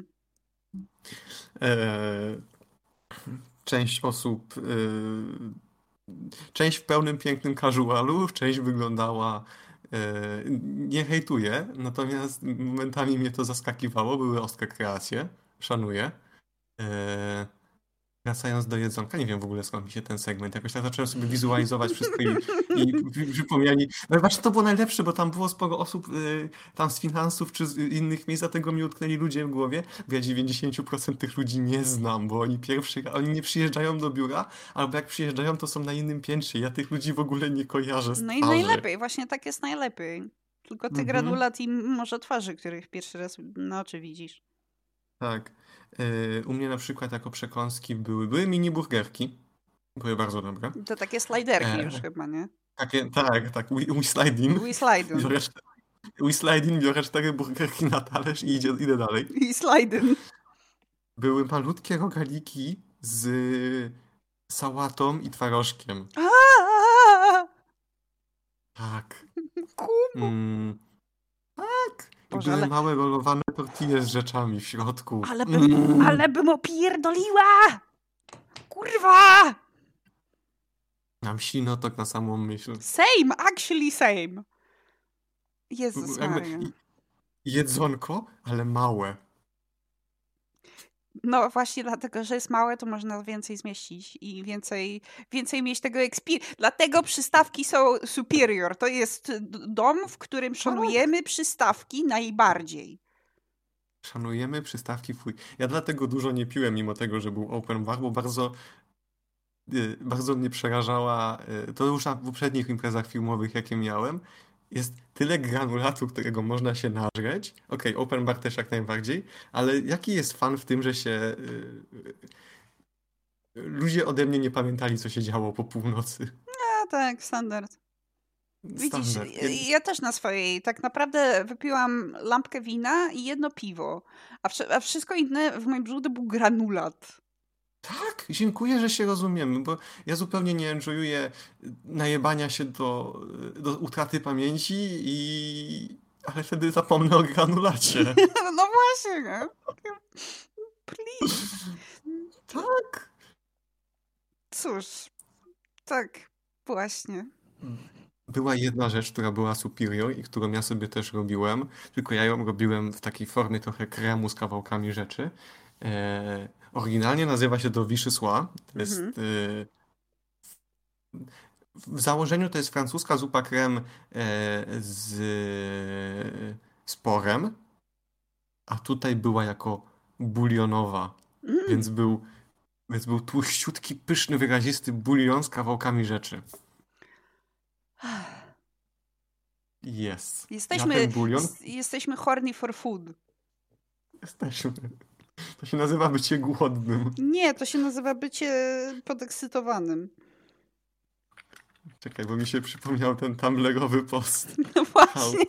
[SPEAKER 2] E, część osób... E, część w pełnym, pięknym casualu, część wyglądała... E, nie hejtuję, natomiast momentami mnie to zaskakiwało. Były ostre kreacje. Szanuję. E, Wracając do jedzonka, nie wiem w ogóle skąd mi się ten segment. Jakoś tak zacząłem sobie wizualizować wszystko i, i wy- przypomnieli. No właśnie to było najlepsze, bo tam było sporo osób y, tam z finansów czy z innych miejsc, dlatego mi utknęli ludzie w głowie, bo ja dziewięćdziesiąt procent tych ludzi nie znam, bo oni pierwszy, oni nie przyjeżdżają do biura, albo jak przyjeżdżają, to są na innym piętrze. Ja tych ludzi w ogóle nie kojarzę z
[SPEAKER 1] No i
[SPEAKER 2] twarzy.
[SPEAKER 1] najlepiej, właśnie tak jest najlepiej. Tylko ty
[SPEAKER 2] Mhm.
[SPEAKER 1] granulat i może twarzy, których pierwszy raz na oczy widzisz.
[SPEAKER 2] Tak. Y, u mnie na przykład jako przekąski były, były mini burgerki. Były bardzo dobre.
[SPEAKER 1] To takie slajderki
[SPEAKER 2] E,
[SPEAKER 1] już chyba, nie?
[SPEAKER 2] Takie, tak, tak, we, we slide in.
[SPEAKER 1] We slide in.
[SPEAKER 2] Biorę, czte- we slide in, biorę cztery burgerki na talerz i idzie, idę dalej.
[SPEAKER 1] I slide in.
[SPEAKER 2] Były malutkie rogaliki z sałatą i twarożkiem.
[SPEAKER 1] Aaaa!
[SPEAKER 2] Tak.
[SPEAKER 1] Kubu.
[SPEAKER 2] Mm, tak. I
[SPEAKER 1] Boże,
[SPEAKER 2] były
[SPEAKER 1] ale-
[SPEAKER 2] małe rolowane tortille z rzeczami w środku.
[SPEAKER 1] Ale bym,
[SPEAKER 2] Mm.
[SPEAKER 1] ale bym opierdoliła! Kurwa!
[SPEAKER 2] Mam ślinotok na samą myśl.
[SPEAKER 1] Same, actually same. Jezus
[SPEAKER 2] Jakby
[SPEAKER 1] Maria.
[SPEAKER 2] i- jedzonko, ale małe.
[SPEAKER 1] No właśnie dlatego, że jest małe, to można więcej zmieścić i więcej, więcej mieć tego experience. Dlatego przystawki są superior. To jest d- dom, w którym szanujemy przystawki najbardziej.
[SPEAKER 2] Szanujemy przystawki fuj. Ja dlatego dużo nie piłem, mimo tego, że był open bar, bo bardzo, y, bardzo mnie przerażała, y, to już na poprzednich imprezach filmowych, jakie miałem, jest tyle granulatu, którego można się nażreć. Okej, open bar też jak najbardziej, ale jaki jest fan w tym, że się y, y, ludzie ode mnie nie pamiętali, co się działo po północy.
[SPEAKER 1] A tak, standard. Widzisz,
[SPEAKER 2] Standard.
[SPEAKER 1] ja, ja też na swojej tak naprawdę wypiłam lampkę wina i jedno piwo, a, wsz- a wszystko inne w moim brzuchu był granulat.
[SPEAKER 2] Tak, dziękuję, że się rozumiemy, bo ja zupełnie nie enjoyuję najebania się do, do utraty pamięci i... Ale wtedy zapomnę o granulacie.
[SPEAKER 1] No właśnie, nie? Please.
[SPEAKER 2] Tak.
[SPEAKER 1] Cóż, tak, właśnie.
[SPEAKER 2] Była jedna rzecz, która była superior i którą ja sobie też robiłem, tylko ja ją robiłem w takiej formie trochę kremu z kawałkami rzeczy. E, oryginalnie nazywa się to vichyssoise. To jest...
[SPEAKER 1] Mhm.
[SPEAKER 2] E, w założeniu to jest francuska zupa krem e, z, z porem, a tutaj była jako bulionowa,
[SPEAKER 1] Mm.
[SPEAKER 2] więc był, więc był tłuściutki, pyszny, wyrazisty bulion z kawałkami rzeczy. Yes. Ja
[SPEAKER 1] Jesteśmy,
[SPEAKER 2] ten bulion
[SPEAKER 1] s- jesteśmy horny for food.
[SPEAKER 2] jesteśmy. To się nazywa bycie głodnym.
[SPEAKER 1] Nie, to się nazywa bycie podekscytowanym.
[SPEAKER 2] Czekaj, bo mi się przypomniał ten tumblerowy post.
[SPEAKER 1] No właśnie.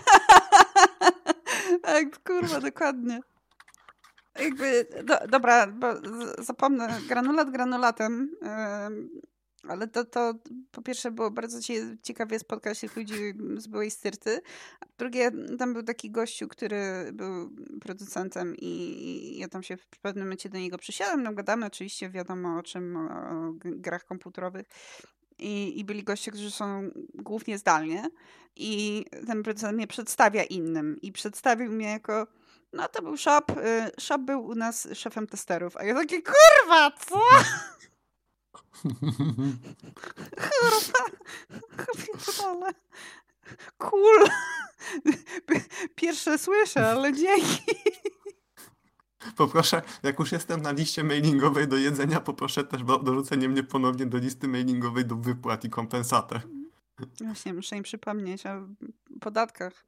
[SPEAKER 1] Tak, kurwa, dokładnie. Jakby, do, dobra, bo zapomnę, granulat granulatem, yy, ale to, to po pierwsze było bardzo ciekawie spotkać się ludzi z byłej Styrty. A drugie, tam był taki gościu, który był producentem i ja tam się w pewnym momencie do niego przysiadłem, no gadamy oczywiście wiadomo o czym, o grach komputerowych. I, I byli goście, którzy są głównie zdalnie i ten producent mnie przedstawia innym i przedstawił mnie jako, no to był Shop, y, Shop był u nas szefem testerów, a ja takie, kurwa, co? Kurwa, ale cool. Pierwsze słyszę, ale dzięki.
[SPEAKER 2] Poproszę, jak już jestem na liście mailingowej do jedzenia, poproszę też o dorzucenie mnie ponownie do listy mailingowej do wypłat i kompensatę.
[SPEAKER 1] Właśnie, muszę im przypomnieć o podatkach.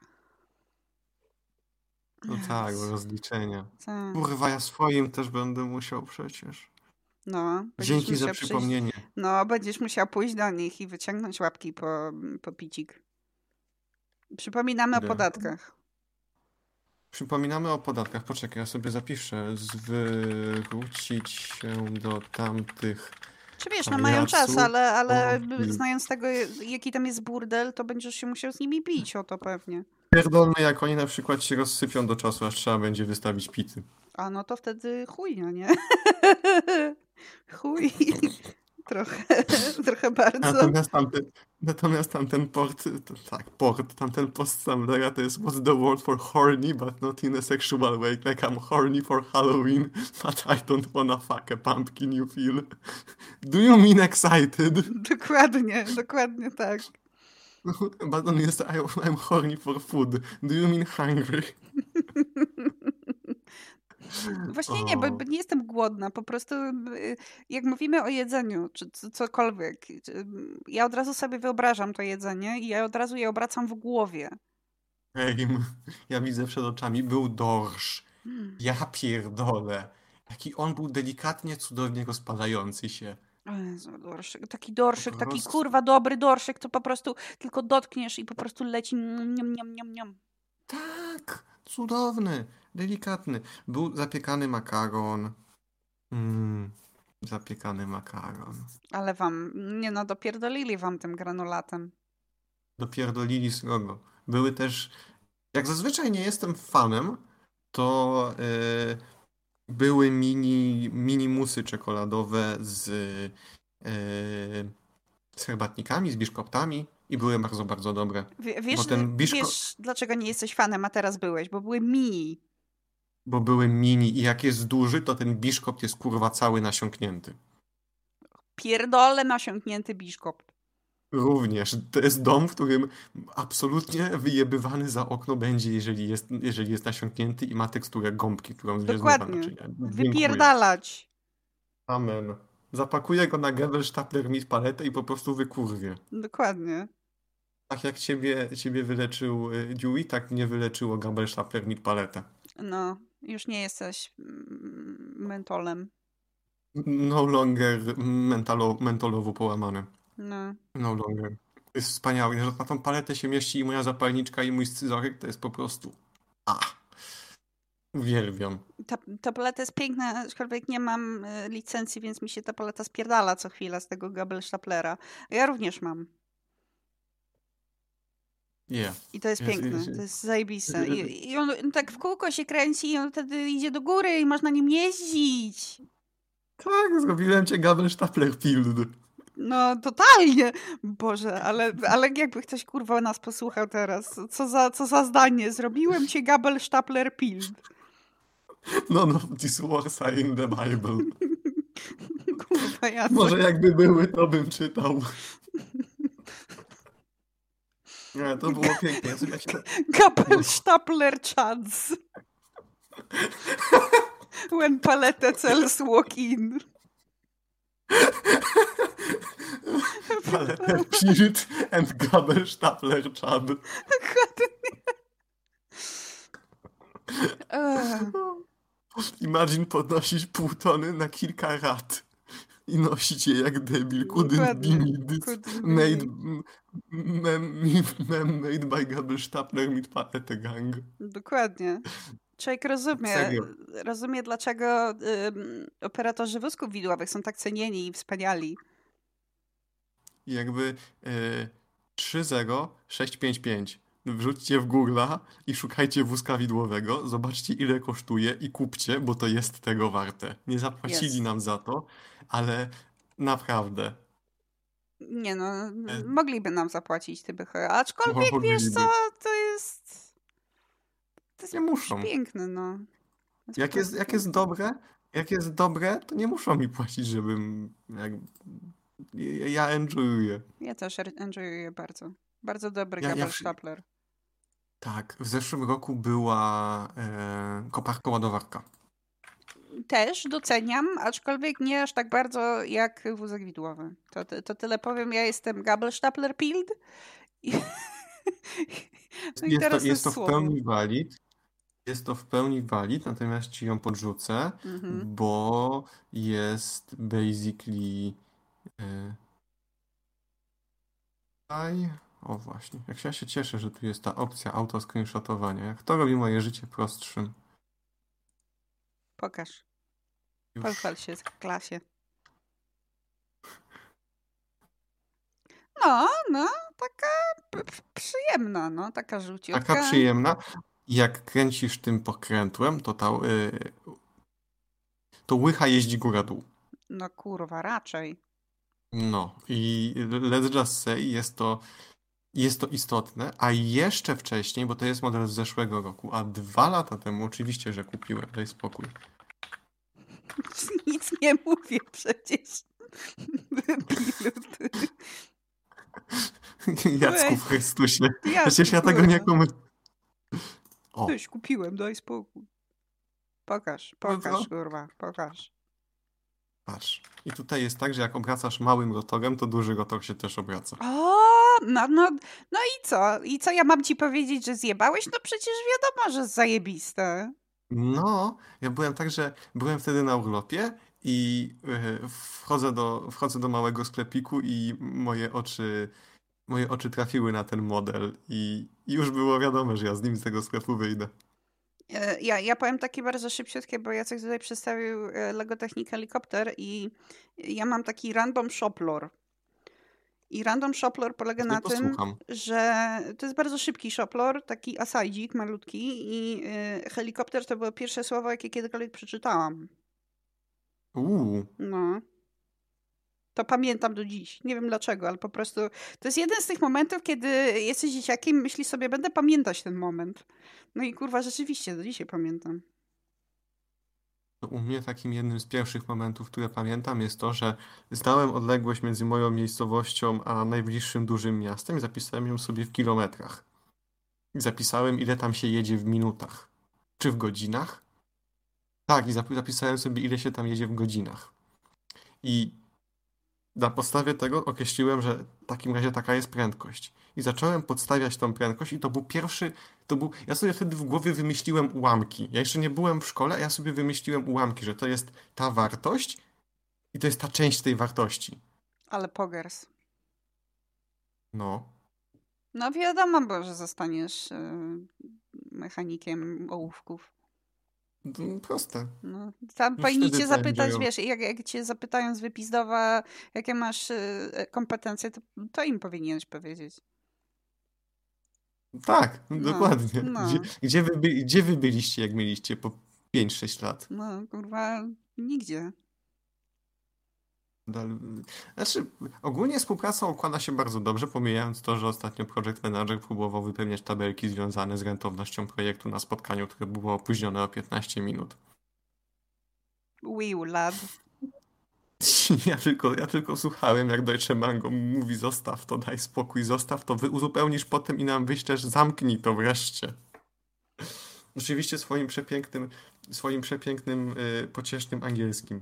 [SPEAKER 2] No yes. Tak, o rozliczenia.
[SPEAKER 1] Tak.
[SPEAKER 2] Kurwa, ja swoim też będę musiał przecież.
[SPEAKER 1] No,
[SPEAKER 2] dzięki za przypomnienie.
[SPEAKER 1] Przyjść, no, będziesz musiał pójść do nich i wyciągnąć łapki po, po picik. Przypominamy o podatkach.
[SPEAKER 2] Przypominamy o podatkach. Poczekaj, ja sobie zapiszę. Zwrócić się do tamtych.
[SPEAKER 1] Czy wiesz, no mają czas, ale, ale znając tego, jaki tam jest burdel, to będziesz się musiał z nimi bić o to pewnie.
[SPEAKER 2] Pierdolmy, jak oni na przykład się rozsypią do czasu, aż trzeba będzie wystawić pity.
[SPEAKER 1] A no to wtedy chuj, no nie? Chuj. Trochę, trochę bardzo.
[SPEAKER 2] Natomiast tamten, natomiast tamten port, to, tak, port, tamten post Samlera to jest what's the word for horny, but not in a sexual way. Like I'm horny for Halloween, but I don't wanna fuck a pumpkin, you feel. Do you mean excited?
[SPEAKER 1] Dokładnie, dokładnie tak.
[SPEAKER 2] But on jest I, I'm horny for food. Do you mean hungry?
[SPEAKER 1] Właśnie nie, bo, bo nie jestem głodna. Po prostu jak mówimy o jedzeniu, czy cokolwiek, ja od razu sobie wyobrażam to jedzenie i ja od razu je obracam w głowie.
[SPEAKER 2] Ej, ja widzę przed oczami, był dorsz. Hmm. Ja pierdolę. Jaki on był delikatnie, cudownie rozpadający się.
[SPEAKER 1] O Jezu, dorszyk, taki dorszyk, prostu... taki kurwa dobry dorszyk, to po prostu tylko dotkniesz i po prostu leci niam, niam, niam, niam.
[SPEAKER 2] Tak, cudowny, delikatny. Był zapiekany makaron. Mm, zapiekany makaron.
[SPEAKER 1] Ale wam, nie no, dopierdolili wam tym granulatem.
[SPEAKER 2] Dopierdolili srogo. Były też, jak zazwyczaj nie jestem fanem, to yy, były mini, mini musy czekoladowe z, yy, z herbatnikami, z biszkoptami i były bardzo, bardzo dobre.
[SPEAKER 1] W, wiesz, ten biszko... wiesz, dlaczego nie jesteś fanem, a teraz byłeś? Bo były mini.
[SPEAKER 2] Bo były mini i jak jest duży, to ten biszkopt jest kurwa cały nasiąknięty.
[SPEAKER 1] Pierdolę nasiąknięty biszkopt.
[SPEAKER 2] Również. To jest dom, w którym absolutnie wyjebywany za okno będzie, jeżeli jest, jeżeli jest nasiąknięty i ma teksturę gąbki, którą związuje naczynia.
[SPEAKER 1] Wypierdalać.
[SPEAKER 2] Amen. Zapakuję go na Gabelstapler Meat paletę i po prostu wykurwię.
[SPEAKER 1] Dokładnie.
[SPEAKER 2] Tak jak ciebie, ciebie wyleczył Dewey, tak mnie wyleczyło Gabelstapler Meat paletę.
[SPEAKER 1] No, już nie jesteś mentolem.
[SPEAKER 2] No longer mentalo, mentolowo połamany.
[SPEAKER 1] No.
[SPEAKER 2] No longer. To jest wspaniałe, że na tą paletę się mieści i moja zapalniczka i mój scyzoryk, to jest po prostu a. Uwielbiam.
[SPEAKER 1] Ta, ta paleta jest piękna, aczkolwiek nie mam y, licencji, więc mi się ta paleta spierdala co chwila z tego Gabelstaplera. Ja również mam.
[SPEAKER 2] Yeah.
[SPEAKER 1] I to jest yes, piękne, yes, yes. To jest zajebiste. I, I on tak w kółko się kręci i on wtedy idzie do góry i można nim jeździć.
[SPEAKER 2] Tak, zrobiłem cię Gabelstapler Field.
[SPEAKER 1] No, totalnie. Boże, ale, ale jakby ktoś kurwa nas posłuchał teraz. Co za, co za zdanie. Zrobiłem cię Gabelstapler Field.
[SPEAKER 2] No, no, these words are in the Bible.
[SPEAKER 1] Kurwa, ja
[SPEAKER 2] Może jakby były, to bym czytał. Nie, to było piękne.
[SPEAKER 1] Gabelstapler chance. When palette cells walk in.
[SPEAKER 2] Palette Pilt and Gabelstapler Chad.
[SPEAKER 1] Dokładnie.
[SPEAKER 2] Imagine podnosić pół tony na kilka rat i nosić je jak debil. Couldn't be
[SPEAKER 1] Dokładnie.
[SPEAKER 2] me. This
[SPEAKER 1] Couldn't be
[SPEAKER 2] made,
[SPEAKER 1] me.
[SPEAKER 2] mem, mem made by Gabelstapler mit Palettegang.
[SPEAKER 1] Dokładnie. Człowiek rozumie,
[SPEAKER 2] Serio.
[SPEAKER 1] rozumie dlaczego ym, operatorzy wózków widłowych są tak cenieni i wspaniali.
[SPEAKER 2] I jakby e, trzy zero sześć pięć pięć. Wrzućcie w Google'a i szukajcie wózka widłowego, zobaczcie ile kosztuje i kupcie, bo to jest tego warte. Nie zapłacili
[SPEAKER 1] Jest.
[SPEAKER 2] nam za to, ale naprawdę.
[SPEAKER 1] Nie no,
[SPEAKER 2] E,
[SPEAKER 1] mogliby nam zapłacić ty bychy. Aczkolwiek wiesz co,
[SPEAKER 2] Mogliby.
[SPEAKER 1] to jest... To jest
[SPEAKER 2] Nie muszą.
[SPEAKER 1] piękne, no. To jest
[SPEAKER 2] Jak
[SPEAKER 1] po
[SPEAKER 2] jest,
[SPEAKER 1] prostu
[SPEAKER 2] jak jest
[SPEAKER 1] piękne.
[SPEAKER 2] dobre, jak jest dobre, to nie muszą mi płacić, żebym jak, ja enjoyuję.
[SPEAKER 1] Ja też enjoyuję bardzo. Bardzo dobry
[SPEAKER 2] Ja, ja, wszy-
[SPEAKER 1] Gabelstapler.
[SPEAKER 2] tak, w zeszłym roku była e, koparka ładowarka.
[SPEAKER 1] Też doceniam, aczkolwiek nie aż tak bardzo jak wózek widłowy. To, to, to tyle powiem, ja jestem Gabelstapler Pild. I... No i
[SPEAKER 2] Jest to,
[SPEAKER 1] teraz to
[SPEAKER 2] jest
[SPEAKER 1] jest
[SPEAKER 2] to w
[SPEAKER 1] słowo.
[SPEAKER 2] pełni valid. Jest to w pełni valid, natomiast ci ją podrzucę,
[SPEAKER 1] Mhm.
[SPEAKER 2] bo jest basically e, tutaj. O właśnie, jak ja się cieszę, że tu jest ta opcja auto screenshotowania. Jak to robi moje życie prostszym.
[SPEAKER 1] Pokaż.
[SPEAKER 2] Już.
[SPEAKER 1] Pochwal się w klasie. No, no, taka p- p- przyjemna, no, taka żółciutka.
[SPEAKER 2] Taka przyjemna. Jak kręcisz tym pokrętłem, to ta, y, to łycha jeździ góra-dół.
[SPEAKER 1] No kurwa, raczej.
[SPEAKER 2] No i let's just say, jest to, jest to istotne, a jeszcze wcześniej, bo to jest model z zeszłego roku, a dwa lata temu oczywiście, że kupiłem, daj spokój.
[SPEAKER 1] Nic nie mówię przecież. Debilu, ty.
[SPEAKER 2] Jacku w
[SPEAKER 1] Weź,
[SPEAKER 2] Chrystusie.
[SPEAKER 1] Jacku,
[SPEAKER 2] Przecież ja tego
[SPEAKER 1] kurwa.
[SPEAKER 2] nie komu... O,
[SPEAKER 1] Coś kupiłem, daj spokój. Pokaż,
[SPEAKER 2] No
[SPEAKER 1] pokaż,
[SPEAKER 2] to-
[SPEAKER 1] kurwa, pokaż.
[SPEAKER 2] patrz. I tutaj jest tak, że jak obracasz małym rotorem, to duży rotor się też obraca.
[SPEAKER 1] O, no, no, no i co? I co ja mam ci powiedzieć, że zjebałeś? No przecież wiadomo, że zajebiste.
[SPEAKER 2] No, ja byłem tak, że byłem wtedy na urlopie i e, wchodzę do, wchodzę do małego sklepiku i moje oczy, moje oczy trafiły na ten model i, i już było wiadomo, że ja z nim z tego sklepu wyjdę.
[SPEAKER 1] E, Ja, ja powiem takie bardzo szybciutkie, bo Jacek tutaj przedstawił e, Lego Technic Helicopter i ja mam taki random shoplore. I random shoplore polega
[SPEAKER 2] Nie
[SPEAKER 1] na tym,
[SPEAKER 2] posłucham.
[SPEAKER 1] że to jest bardzo szybki shoplore, taki asajdzik malutki i e, helikopter to było pierwsze słowo, jakie kiedykolwiek przeczytałam.
[SPEAKER 2] Uuu,
[SPEAKER 1] No. To pamiętam do dziś. Nie wiem dlaczego, ale po prostu to jest jeden z tych momentów, kiedy jesteś dzieciakiem i myślisz sobie, będę pamiętać ten moment. No i kurwa, rzeczywiście, do dzisiaj pamiętam.
[SPEAKER 2] to u mnie takim jednym z pierwszych momentów, które pamiętam, jest to, że znałem odległość między moją miejscowością a najbliższym dużym miastem i zapisałem ją sobie w kilometrach. I zapisałem, ile tam się jedzie w minutach. Czy w godzinach? Tak, i zap- zapisałem sobie, ile się tam jedzie w godzinach. I na podstawie tego określiłem, że w takim razie taka jest prędkość. I zacząłem podstawiać tą prędkość i to był pierwszy, to był, ja sobie wtedy w głowie wymyśliłem ułamki. Ja jeszcze nie byłem w szkole, a ja sobie wymyśliłem ułamki, że to jest ta wartość i to jest ta część tej wartości.
[SPEAKER 1] Ale pogers.
[SPEAKER 2] No.
[SPEAKER 1] No wiadomo, bo że zostaniesz yy, mechanikiem ołówków.
[SPEAKER 2] To proste.
[SPEAKER 1] No, tam
[SPEAKER 2] Już
[SPEAKER 1] powinni
[SPEAKER 2] wtedy
[SPEAKER 1] cię
[SPEAKER 2] to
[SPEAKER 1] zapytać,
[SPEAKER 2] enjoy'ą.
[SPEAKER 1] wiesz, jak, jak cię zapytają z wypizdowa, jakie masz yy, kompetencje, to, to im powinieneś powiedzieć.
[SPEAKER 2] Tak,
[SPEAKER 1] No,
[SPEAKER 2] dokładnie.
[SPEAKER 1] no.
[SPEAKER 2] Gdzie, gdzie, wy, by- gdzie wy byliście, jak mieliście po pięć sześć lat?
[SPEAKER 1] No, kurwa, nigdzie.
[SPEAKER 2] Dal- Znaczy, ogólnie współpraca układa się bardzo dobrze, pomijając to, że ostatnio Project Manager próbował wypełniać tabelki związane z rentownością projektu na spotkaniu, które było opóźnione o piętnaście minut.
[SPEAKER 1] Wiu, lad.
[SPEAKER 2] Ja tylko, ja tylko słuchałem, jak Deutsche Mango mówi: zostaw to, daj spokój, zostaw to, wy uzupełnisz potem i nam wyślesz, zamknij to wreszcie. Oczywiście swoim przepięknym, swoim przepięknym, yy, pociesznym angielskim.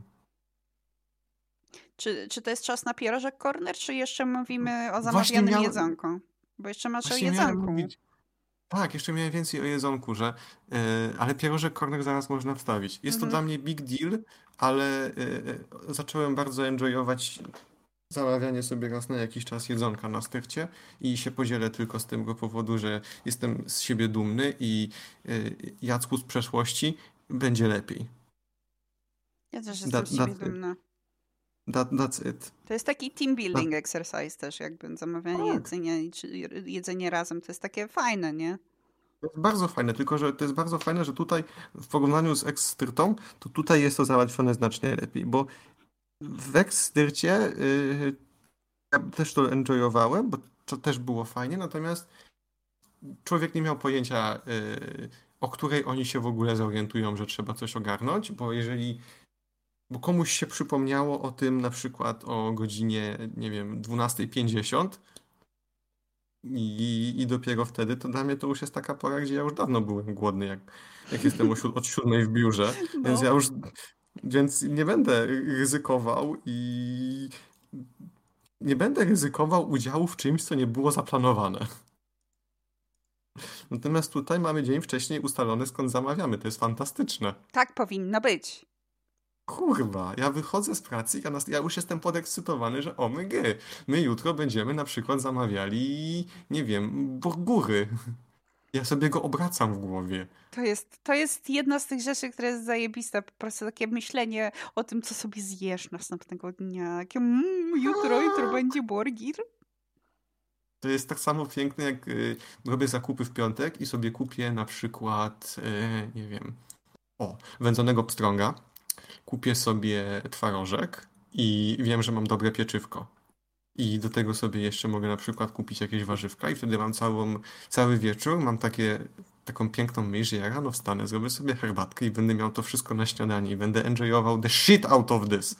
[SPEAKER 1] Czy, czy to jest czas na pierożek corner, czy jeszcze mówimy o
[SPEAKER 2] Właśnie
[SPEAKER 1] zamawianym
[SPEAKER 2] miałem-
[SPEAKER 1] jedzonku? Bo jeszcze masz
[SPEAKER 2] Właśnie
[SPEAKER 1] o
[SPEAKER 2] miałem
[SPEAKER 1] jedzonku.
[SPEAKER 2] mówić, Tak, jeszcze miałem więcej o jedzonku, że e, ale pierożek kornek zaraz można wstawić. Jest to
[SPEAKER 1] Mhm.
[SPEAKER 2] dla mnie big deal, ale e, zacząłem bardzo enjoyować zamawianie sobie raz na jakiś czas jedzonka na styrcie i się podzielę tylko z tego powodu, że jestem z siebie dumny i e, Jacku z przeszłości będzie lepiej.
[SPEAKER 1] Ja też jestem
[SPEAKER 2] That,
[SPEAKER 1] z siebie
[SPEAKER 2] that's it.
[SPEAKER 1] dumna.
[SPEAKER 2] That, that's it.
[SPEAKER 1] To jest taki team
[SPEAKER 2] That,
[SPEAKER 1] building exercise też, jakby zamawianie
[SPEAKER 2] tak.
[SPEAKER 1] jedzenia i czy jedzenie razem. To jest takie fajne, nie?
[SPEAKER 2] To jest bardzo fajne, tylko że to jest bardzo fajne, że tutaj w porównaniu z Ex-Styrtą, to tutaj jest to załatwione znacznie lepiej, bo w Ex-Styrcie yy, ja też to enjoyowałem, bo to też było fajnie, natomiast człowiek nie miał pojęcia, yy, o której oni się w ogóle zorientują, że trzeba coś ogarnąć, bo jeżeli, bo komuś się przypomniało o tym na przykład o godzinie, nie wiem, dwunasta pięćdziesiąt, I, I dopiero wtedy, to dla mnie to już jest taka pora, gdzie ja już dawno byłem głodny, jak, jak jestem o sió- od siódmej w biurze, więc
[SPEAKER 1] No.
[SPEAKER 2] ja już, więc nie będę ryzykował i nie będę ryzykował udziału w czymś, co nie było zaplanowane. Natomiast tutaj mamy dzień wcześniej ustalony, skąd zamawiamy. To jest fantastyczne.
[SPEAKER 1] Tak powinno być.
[SPEAKER 2] Kurwa, ja wychodzę z pracy, ja, nas, ja już jestem podekscytowany, że o my gry, my jutro będziemy na przykład zamawiali, nie wiem, burgury. Ja sobie go obracam w głowie.
[SPEAKER 1] To jest, to jest jedna z tych rzeczy, która jest zajebista. Po prostu takie myślenie o tym, co sobie zjesz następnego dnia. Takie, mmm, jutro, jutro będzie burger.
[SPEAKER 2] To jest tak samo piękne, jak y, robię zakupy w piątek i sobie kupię na przykład, y, nie wiem, o, wędzonego pstrąga, kupię sobie twarożek i wiem, że mam dobre pieczywko. I do tego sobie jeszcze mogę na przykład kupić jakieś warzywka i wtedy mam całą, cały wieczór, mam takie, taką piękną myśl, że ja rano wstanę, zrobię sobie herbatkę i będę miał to wszystko na śniadanie i będę enjoyował the shit out of this.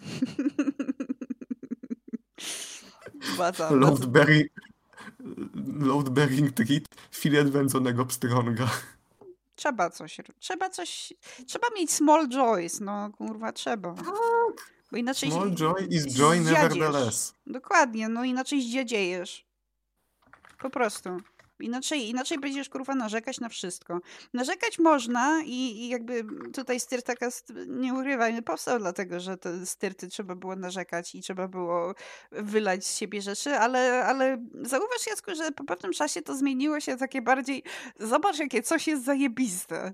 [SPEAKER 1] Baza, baza.
[SPEAKER 2] Load-bearing, load-bearing treat, filet wędzonego pstrąga.
[SPEAKER 1] Trzeba coś, trzeba coś, trzeba mieć small joys, no kurwa, trzeba. Bo inaczej
[SPEAKER 2] Small joy is joy
[SPEAKER 1] zdziadziesz.
[SPEAKER 2] nevertheless.
[SPEAKER 1] Dokładnie, no inaczej zdziadziejesz. Po prostu. Inaczej, inaczej będziesz kurwa narzekać na wszystko. Narzekać można i, i jakby tutaj Styrtaka nie ukrywaj, powstał dlatego, że te styrty trzeba było narzekać i trzeba było wylać z siebie rzeczy, ale, ale zauważ Jacku, że po pewnym czasie to zmieniło się takie bardziej zobacz jakie coś jest zajebiste.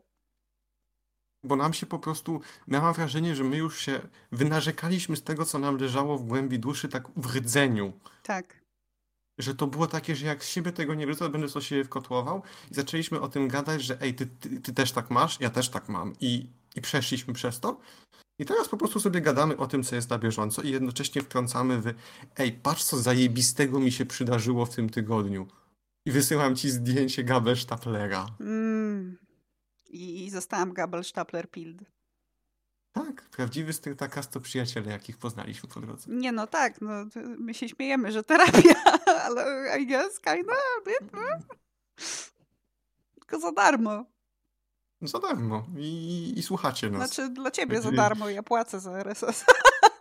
[SPEAKER 2] Bo nam się po prostu, ja mam wrażenie, że my już się wynarzekaliśmy z tego, co nam leżało w głębi duszy, tak w rdzeniu.
[SPEAKER 1] Tak.
[SPEAKER 2] Że to było takie, że jak z siebie tego nie wyrzucę, to będę to siebie wkotłował. I zaczęliśmy o tym gadać, że ej, ty, ty, ty też tak masz, ja też tak mam. I, I przeszliśmy przez to. I teraz po prostu sobie gadamy o tym, co jest na bieżąco i jednocześnie wtrącamy w ej, patrz, co zajebistego mi się przydarzyło w tym tygodniu. I wysyłam ci zdjęcie Gabelstaplera.
[SPEAKER 1] Mm. I, I zostałam Gabelstapler Pild.
[SPEAKER 2] Tak, prawdziwy Styrtakas to przyjaciele, jakich poznaliśmy po drodze.
[SPEAKER 1] Nie no tak, no my się śmiejemy, że terapia, ale I guess kinda, no. Tylko za darmo.
[SPEAKER 2] Za darmo. I, i słuchacie nas.
[SPEAKER 1] Znaczy dla ciebie za
[SPEAKER 2] Znaczy,
[SPEAKER 1] darmo, ja płacę za R S S.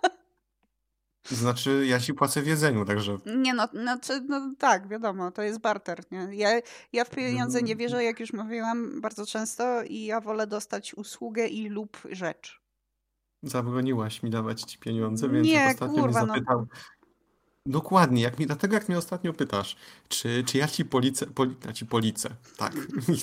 [SPEAKER 2] znaczy, ja ci płacę w jedzeniu, także.
[SPEAKER 1] Nie no, znaczy, no tak, wiadomo, to jest barter, nie? Ja, ja w pieniądze nie wierzę, jak już mówiłam bardzo często i ja wolę dostać usługę i lub rzecz.
[SPEAKER 2] Zabroniłaś mi dawać ci pieniądze, więc jak
[SPEAKER 1] Nie,
[SPEAKER 2] ostatnio
[SPEAKER 1] kurwa,
[SPEAKER 2] mnie
[SPEAKER 1] no.
[SPEAKER 2] zapytał. Dokładnie, jak mi, dlatego jak mnie ostatnio pytasz, czy, czy ja ci policę, poli, ja ci policę, tak.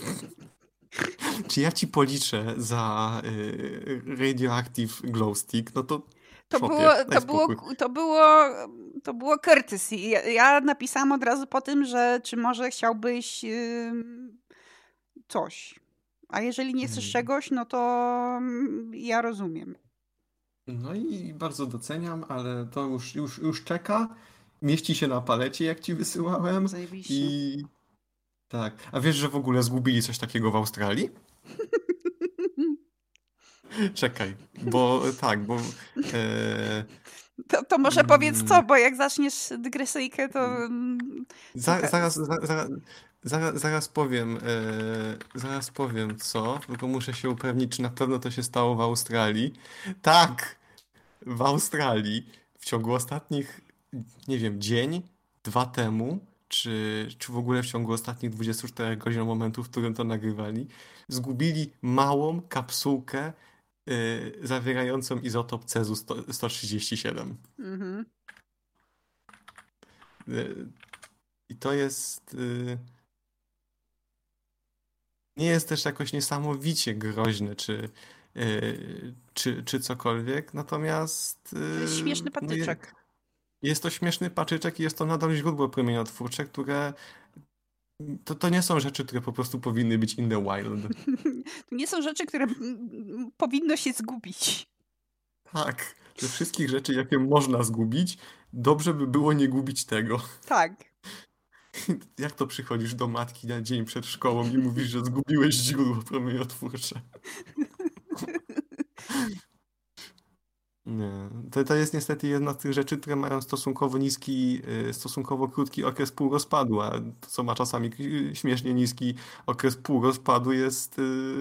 [SPEAKER 2] Czy ja ci policzę za y, Radioactive Glow Stick, no to
[SPEAKER 1] To
[SPEAKER 2] szopie,
[SPEAKER 1] było,
[SPEAKER 2] daj
[SPEAKER 1] to było,
[SPEAKER 2] spokój.
[SPEAKER 1] to było, to było courtesy. Ja, ja napisałam od razu po tym, że czy może chciałbyś ym, coś. A jeżeli nie chcesz
[SPEAKER 2] Mm.
[SPEAKER 1] czegoś, no to mm, ja rozumiem.
[SPEAKER 2] No i bardzo doceniam, ale to już, już, już czeka. Mieści się na palecie, jak ci wysyłałem.
[SPEAKER 1] Zajebiście.
[SPEAKER 2] I tak. A wiesz, że w ogóle zgubili coś takiego w Australii? Czekaj, bo tak, bo e,
[SPEAKER 1] To, to może
[SPEAKER 2] mm,
[SPEAKER 1] powiedz co, bo jak zaczniesz dygresyjkę, to... mm,
[SPEAKER 2] za,
[SPEAKER 1] poka-
[SPEAKER 2] zaraz, za, zaraz, zaraz, zaraz powiem, e, zaraz powiem co, tylko muszę się upewnić, czy na pewno to się stało w Australii. Tak, w Australii w ciągu ostatnich, nie wiem, dzień, dwa temu czy, czy w ogóle w ciągu ostatnich dwudziestu czterech godzin momentu, w którym to nagrywali, zgubili małą kapsułkę y, zawierającą izotop Cezu sto trzydzieści siedem.
[SPEAKER 1] Mhm.
[SPEAKER 2] Y, I to jest... Y, nie jest też jakoś niesamowicie groźne, czy, y, czy, czy cokolwiek, natomiast
[SPEAKER 1] To jest
[SPEAKER 2] y,
[SPEAKER 1] śmieszny
[SPEAKER 2] no je,
[SPEAKER 1] patyczek.
[SPEAKER 2] jest to śmieszny patyczek i jest to nadal źródło promieniotwórcze, które to, to nie są rzeczy, które po prostu powinny być in the wild.
[SPEAKER 1] To nie są rzeczy, które powinno się zgubić.
[SPEAKER 2] Tak, ze wszystkich rzeczy, jakie można zgubić, dobrze by było nie gubić tego.
[SPEAKER 1] Tak.
[SPEAKER 2] Jak to przychodzisz do matki na dzień przed szkołą i mówisz, że zgubiłeś źródło promieniotwórcze? Nie. To, to jest niestety jedna z tych rzeczy, które mają stosunkowo niski, y, stosunkowo krótki okres półrozpadu, a to, co ma czasami y, śmiesznie niski okres półrozpadu jest y,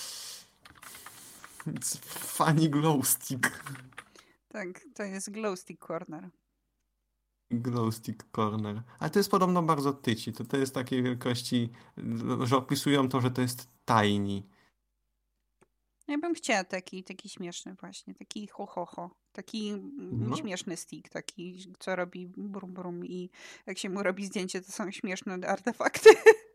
[SPEAKER 2] it's funny glow stick.
[SPEAKER 1] Tak, to jest glow stick corner.
[SPEAKER 2] Glow stick corner. Ale to jest podobno bardzo tyci. To, to jest takiej wielkości, że opisują to, że to jest tiny.
[SPEAKER 1] Ja bym chciała taki, taki śmieszny właśnie, taki ho, ho, ho. Taki
[SPEAKER 2] No.
[SPEAKER 1] śmieszny stick, taki, co robi brum, brum i jak się mu robi zdjęcie, to są śmieszne artefakty.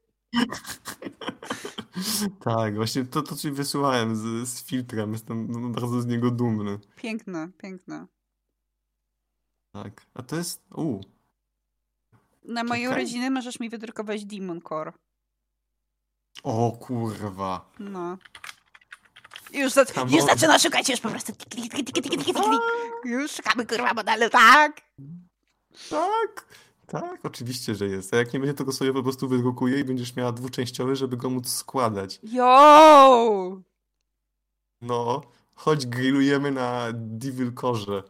[SPEAKER 2] Tak, właśnie to, to ci wysyłałem z, z filtrem. Jestem bardzo z niego dumny.
[SPEAKER 1] Piękne, piękne.
[SPEAKER 2] Tak. A to jest... U.
[SPEAKER 1] Na moje
[SPEAKER 2] Czekaj.
[SPEAKER 1] urodziny możesz mi wydrukować Demon Core.
[SPEAKER 2] O kurwa.
[SPEAKER 1] No. Już, za,
[SPEAKER 2] Come
[SPEAKER 1] już
[SPEAKER 2] on.
[SPEAKER 1] zaczyna szukać, już po prostu. Tiki, tiki, tiki, tiki, tiki, tiki. Już szukamy kurwa modelu, tak?
[SPEAKER 2] Tak, tak, oczywiście, że jest. A jak nie będzie, to go sobie po prostu wydrukuję i będziesz miała dwuczęściowy, żeby go móc składać.
[SPEAKER 1] Yo!
[SPEAKER 2] No, chodź grillujemy na Devil Core.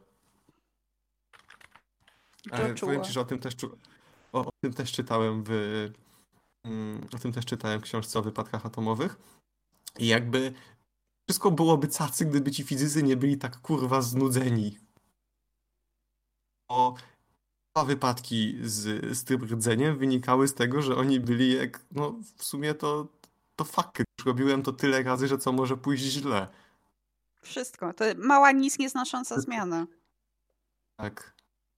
[SPEAKER 2] Ale
[SPEAKER 1] Joshua.
[SPEAKER 2] powiem ci, że o tym też, czu- o, o tym też czytałem w mm, o tym też czytałem w książce o wypadkach atomowych. I jakby wszystko byłoby cacy, gdyby ci fizycy nie byli tak kurwa znudzeni. Bo dwa wypadki z, z tym rdzeniem wynikały z tego, że oni byli jak, no w sumie to, to fuck it. Już robiłem to tyle razy, że co może pójść źle.
[SPEAKER 1] Wszystko. To mała, nic nieznacząca zmiana.
[SPEAKER 2] Tak.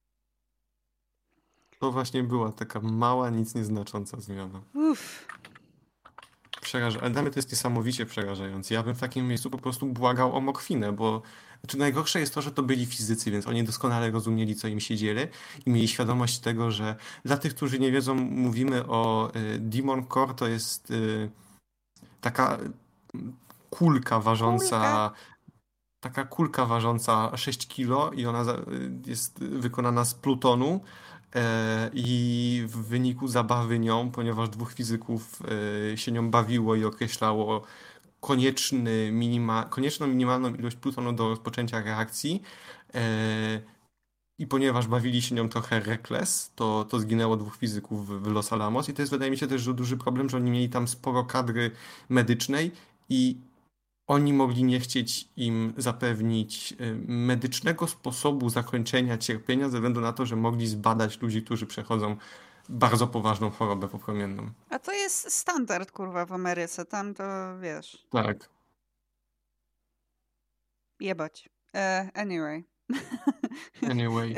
[SPEAKER 2] To właśnie była taka mała, nic nieznacząca zmiana.
[SPEAKER 1] Uff.
[SPEAKER 2] Przeraża... Ale dla mnie to jest niesamowicie przerażające. Ja bym w takim miejscu po prostu błagał o morfinę, bo znaczy najgorsze jest to, że to byli fizycy, więc oni doskonale rozumieli, co im się dzieje i mieli świadomość tego, że dla tych, którzy nie wiedzą, mówimy o y, Demon Core, to jest y, taka kulka ważąca
[SPEAKER 1] Kulka.
[SPEAKER 2] taka kulka ważąca sześć kilo i ona za- jest wykonana z plutonu. E, I w wyniku zabawy nią, ponieważ dwóch fizyków e, się nią bawiło i określało konieczny minima, konieczną minimalną ilość plutonu do rozpoczęcia reakcji, e, i ponieważ bawili się nią trochę reckless, to, to zginęło dwóch fizyków w, w Los Alamos i to jest, wydaje mi się, też że duży problem, że oni mieli tam sporo kadry medycznej i oni mogli nie chcieć im zapewnić y, medycznego sposobu zakończenia cierpienia ze względu na to, że mogli zbadać ludzi, którzy przechodzą bardzo poważną chorobę popromienną.
[SPEAKER 1] A to jest standard, kurwa, w Ameryce. Tam to, wiesz,
[SPEAKER 2] Tak.
[SPEAKER 1] jebać. E, anyway.
[SPEAKER 2] Anyway,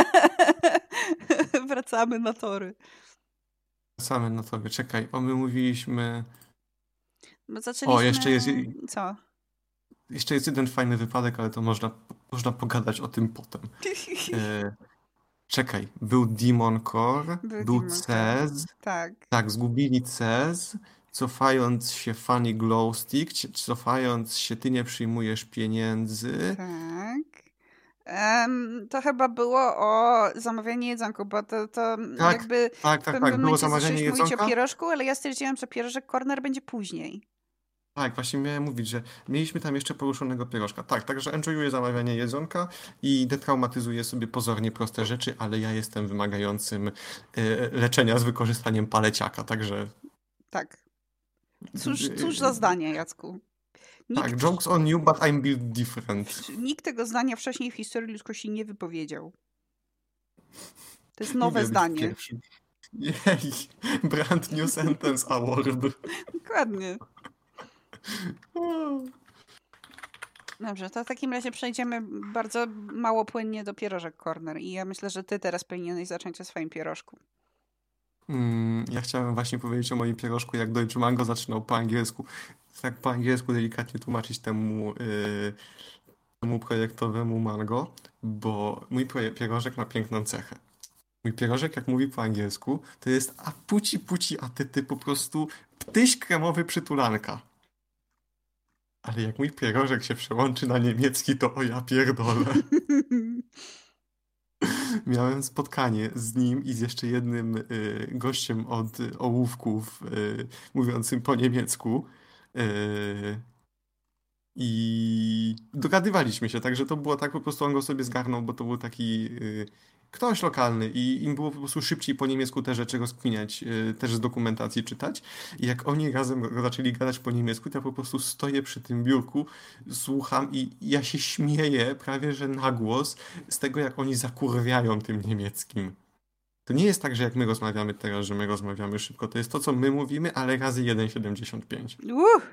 [SPEAKER 1] Wracamy na tory.
[SPEAKER 2] wracamy na to. Czekaj, o my mówiliśmy...
[SPEAKER 1] Bo zaczęliśmy...
[SPEAKER 2] O, jeszcze jest,
[SPEAKER 1] Co?
[SPEAKER 2] jeszcze jest jeden fajny wypadek, ale to można, można pogadać o tym potem. E, czekaj, był Demon Core,
[SPEAKER 1] Był
[SPEAKER 2] był
[SPEAKER 1] Demon Core.
[SPEAKER 2] Cez,
[SPEAKER 1] Tak.
[SPEAKER 2] tak, zgubili Cez, cofając się Funny Glow Stick, c- cofając się ty nie przyjmujesz pieniędzy.
[SPEAKER 1] Tak. Em, to chyba było o zamawianie jedzonku, bo to, to
[SPEAKER 2] Tak,
[SPEAKER 1] jakby
[SPEAKER 2] tak,
[SPEAKER 1] w
[SPEAKER 2] tak,
[SPEAKER 1] pewnym
[SPEAKER 2] tak, było
[SPEAKER 1] momencie
[SPEAKER 2] zamawianie
[SPEAKER 1] zaczęliśmy mówić o
[SPEAKER 2] jedzonka.
[SPEAKER 1] pierożku, ale ja stwierdziłam, że pierożek corner będzie później.
[SPEAKER 2] Tak, właśnie miałem mówić, że mieliśmy tam jeszcze poruszonego pierożka. Tak, także enjoyuję zamawianie jedzonka i detraumatyzuję sobie pozornie proste rzeczy, ale ja jestem wymagającym e, leczenia z wykorzystaniem paleciaka, także...
[SPEAKER 1] Tak. Cóż, cóż za zdanie, Jacku. Nikt,
[SPEAKER 2] Tak, jokes on you, but I'm built different.
[SPEAKER 1] nikt tego zdania wcześniej w historii ludzkości nie wypowiedział. To jest
[SPEAKER 2] Lubię
[SPEAKER 1] nowe
[SPEAKER 2] być
[SPEAKER 1] zdanie.
[SPEAKER 2] pierwszy. Jej, brand new sentence award.
[SPEAKER 1] Dokładnie. Dobrze, to w takim razie przejdziemy bardzo mało płynnie do pierożek corner i ja myślę, że ty teraz powinieneś zacząć o swoim pierożku.
[SPEAKER 2] Mm, ja chciałem właśnie powiedzieć o moim pierożku, jak Deutsche Mango zaczynał po angielsku. Tak po angielsku delikatnie tłumaczyć temu, yy, temu projektowemu Mango, bo mój proje- pierożek ma piękną cechę. Mój pierożek, jak mówi po angielsku, to jest a puci puci atyty, po prostu ptyś kremowy przytulanka. Ale jak mój pierożek się przełączy na niemiecki, to o ja pierdolę. Miałem spotkanie z nim i z jeszcze jednym y, gościem od y, ołówków y, mówiącym po niemiecku. Y, I dogadywaliśmy się, także to było tak, po prostu on go sobie zgarnął, bo to był taki y, ktoś lokalny i im było po prostu szybciej po niemiecku te rzeczy rozkminiać, y, też z dokumentacji czytać. I jak oni razem zaczęli gadać po niemiecku, to ja po prostu stoję przy tym biurku, słucham i ja się śmieję prawie, że na głos z tego, jak oni zakurwiają tym niemieckim. To nie jest tak, że jak my rozmawiamy teraz, że my rozmawiamy szybko. To jest to, co my mówimy, ale razy jeden przecinek siedemdziesiąt pięć.
[SPEAKER 1] Uh,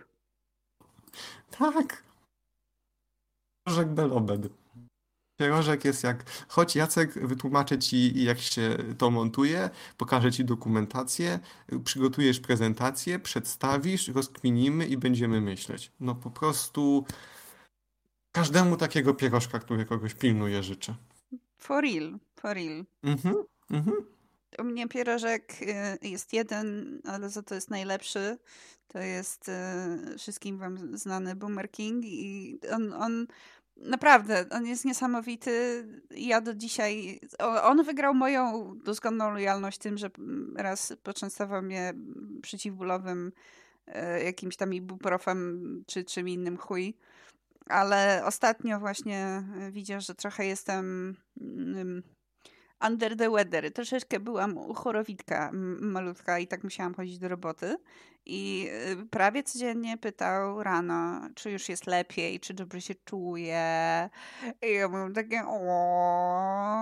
[SPEAKER 2] Tak. Pierożek belobed. Pierożek jest jak, chodź Jacek, wytłumaczę ci jak się to montuje, pokażę ci dokumentację, przygotujesz prezentację, przedstawisz, rozkminimy i będziemy myśleć. No po prostu każdemu takiego pierożka, który kogoś pilnuje, życzę.
[SPEAKER 1] for real, for real.
[SPEAKER 2] Mhm, mhm.
[SPEAKER 1] U mnie pierożek y, jest jeden, ale za to jest najlepszy. To jest y, wszystkim wam znany Boomer King i on, on naprawdę, on jest niesamowity. Ja do dzisiaj, o- on wygrał moją dozgonną lojalność tym, że mm, raz poczęstował mnie przeciwbólowym y, jakimś tam ibuprofem czy czym innym chuj. Ale ostatnio właśnie y, widział, że trochę jestem mm, under the weather. Troszeczkę byłam chorowitka m- malutka i tak musiałam chodzić do roboty. I y, prawie codziennie pytał rano, czy już jest lepiej, czy dobrze się czuje. I ja byłam takie o.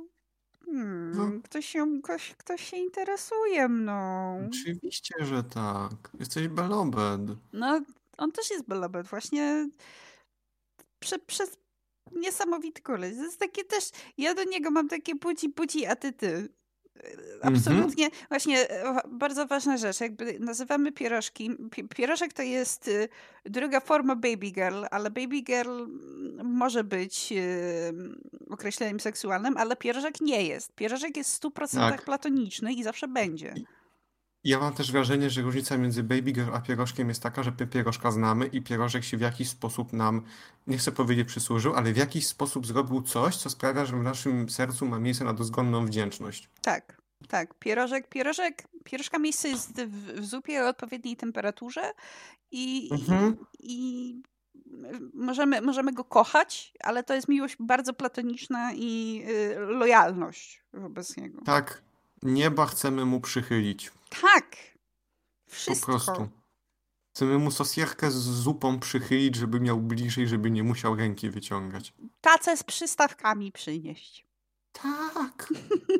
[SPEAKER 2] No,
[SPEAKER 1] Hmm, ktoś się, ktoś, ktoś się interesuje mną.
[SPEAKER 2] oczywiście, że tak. Jesteś belobed.
[SPEAKER 1] No, on też jest belobet. Właśnie prze, przez niesamowity koleś. To jest takie też, ja do niego mam takie puci puci atyty.
[SPEAKER 2] Mhm.
[SPEAKER 1] Absolutnie, właśnie e, wa- bardzo ważna rzecz, jakby nazywamy pierożki, pi- pierożek to jest y, druga forma baby girl, ale baby girl mm, może być y, określeniem seksualnym, ale pierożek nie jest. Pierożek jest w stu procentach
[SPEAKER 2] Tak.
[SPEAKER 1] platoniczny i zawsze będzie.
[SPEAKER 2] Ja mam też wrażenie, że różnica między Baby Girl a pierożkiem jest taka, że pie- pierożka znamy i pierożek się w jakiś sposób nam, nie chcę powiedzieć przysłużył, ale w jakiś sposób zrobił coś, co sprawia, że w naszym sercu ma miejsce na dozgonną wdzięczność.
[SPEAKER 1] Tak, tak. Pierożek, pierożek, pierożka miejsce jest w, w zupie o odpowiedniej temperaturze i, i,
[SPEAKER 2] Mhm.
[SPEAKER 1] i możemy, możemy go kochać, ale to jest miłość bardzo platoniczna i y, lojalność wobec niego.
[SPEAKER 2] Tak, nieba chcemy mu przychylić.
[SPEAKER 1] Tak!
[SPEAKER 2] Po
[SPEAKER 1] Wszystko.
[SPEAKER 2] prostu. Chcemy mu sosierkę z zupą przychylić, żeby miał bliżej, żeby nie musiał ręki wyciągać.
[SPEAKER 1] Tacę z przystawkami przynieść.
[SPEAKER 2] Tak,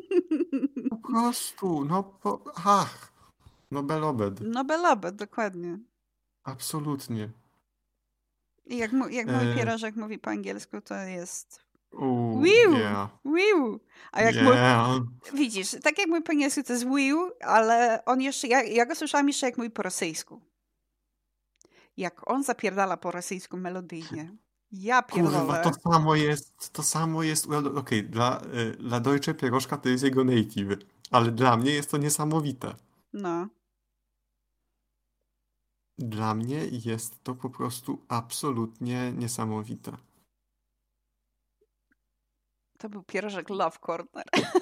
[SPEAKER 2] po prostu. No po... Ach, no belobed.
[SPEAKER 1] Nobelobet, dokładnie.
[SPEAKER 2] Absolutnie.
[SPEAKER 1] I jak, mu- jak mój
[SPEAKER 2] E,
[SPEAKER 1] pierożek mówi po angielsku, to jest
[SPEAKER 2] u,
[SPEAKER 1] wiu,
[SPEAKER 2] yeah,
[SPEAKER 1] wiu. A jak mój,
[SPEAKER 2] yeah.
[SPEAKER 1] widzisz, tak jak mój po angielsku to jest wiu, ale on jeszcze, ja, ja go słyszałam jeszcze jak mój po rosyjsku. Jak on zapierdala po rosyjsku melodyjnie. Ja
[SPEAKER 2] Kurwa,
[SPEAKER 1] pierdolę.
[SPEAKER 2] to samo jest, to samo jest, well, okej, dla, y, dla Deutsche pierożka to jest jego native, ale dla mnie jest to niesamowite.
[SPEAKER 1] No.
[SPEAKER 2] Dla mnie jest to po prostu absolutnie niesamowite.
[SPEAKER 1] To był pierożek Love Corner.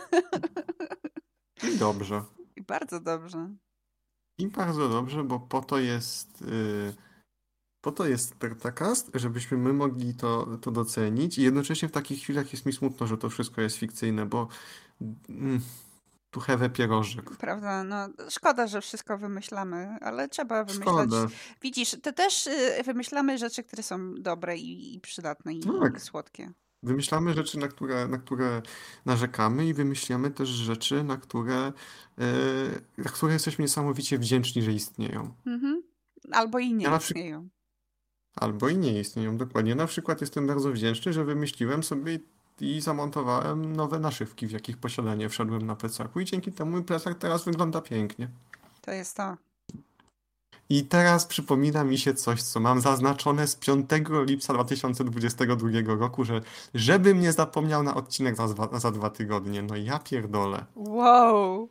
[SPEAKER 2] I dobrze.
[SPEAKER 1] I bardzo dobrze.
[SPEAKER 2] I bardzo dobrze, bo po to jest, y, po to jest Pertacast, żebyśmy my mogli to, to docenić i jednocześnie w takich chwilach jest mi smutno, że to wszystko jest fikcyjne, bo mm, tu hewe pierożek.
[SPEAKER 1] Prawda, no szkoda, że wszystko wymyślamy, ale trzeba wymyślać.
[SPEAKER 2] Szkoda.
[SPEAKER 1] Widzisz, to też y, wymyślamy rzeczy, które są dobre i, i przydatne i,
[SPEAKER 2] Tak.
[SPEAKER 1] i słodkie.
[SPEAKER 2] Wymyślamy rzeczy, na które, na które narzekamy i wymyślamy też rzeczy, na które, e, na które jesteśmy niesamowicie wdzięczni, że istnieją.
[SPEAKER 1] Mhm. Albo i nie
[SPEAKER 2] Ja na przykład,
[SPEAKER 1] istnieją.
[SPEAKER 2] albo i nie istnieją dokładnie. Na przykład jestem bardzo wdzięczny, że wymyśliłem sobie i zamontowałem nowe naszywki, w jakich posiadanie wszedłem na plecaku i dzięki temu mój plecak teraz wygląda pięknie.
[SPEAKER 1] To jest to.
[SPEAKER 2] I teraz przypomina mi się coś, co mam zaznaczone z piątego lipca dwa tysiące dwudziestego drugiego roku, że żebym nie zapomniał na odcinek za, dwa- za dwa tygodnie. No ja pierdolę.
[SPEAKER 1] Wow.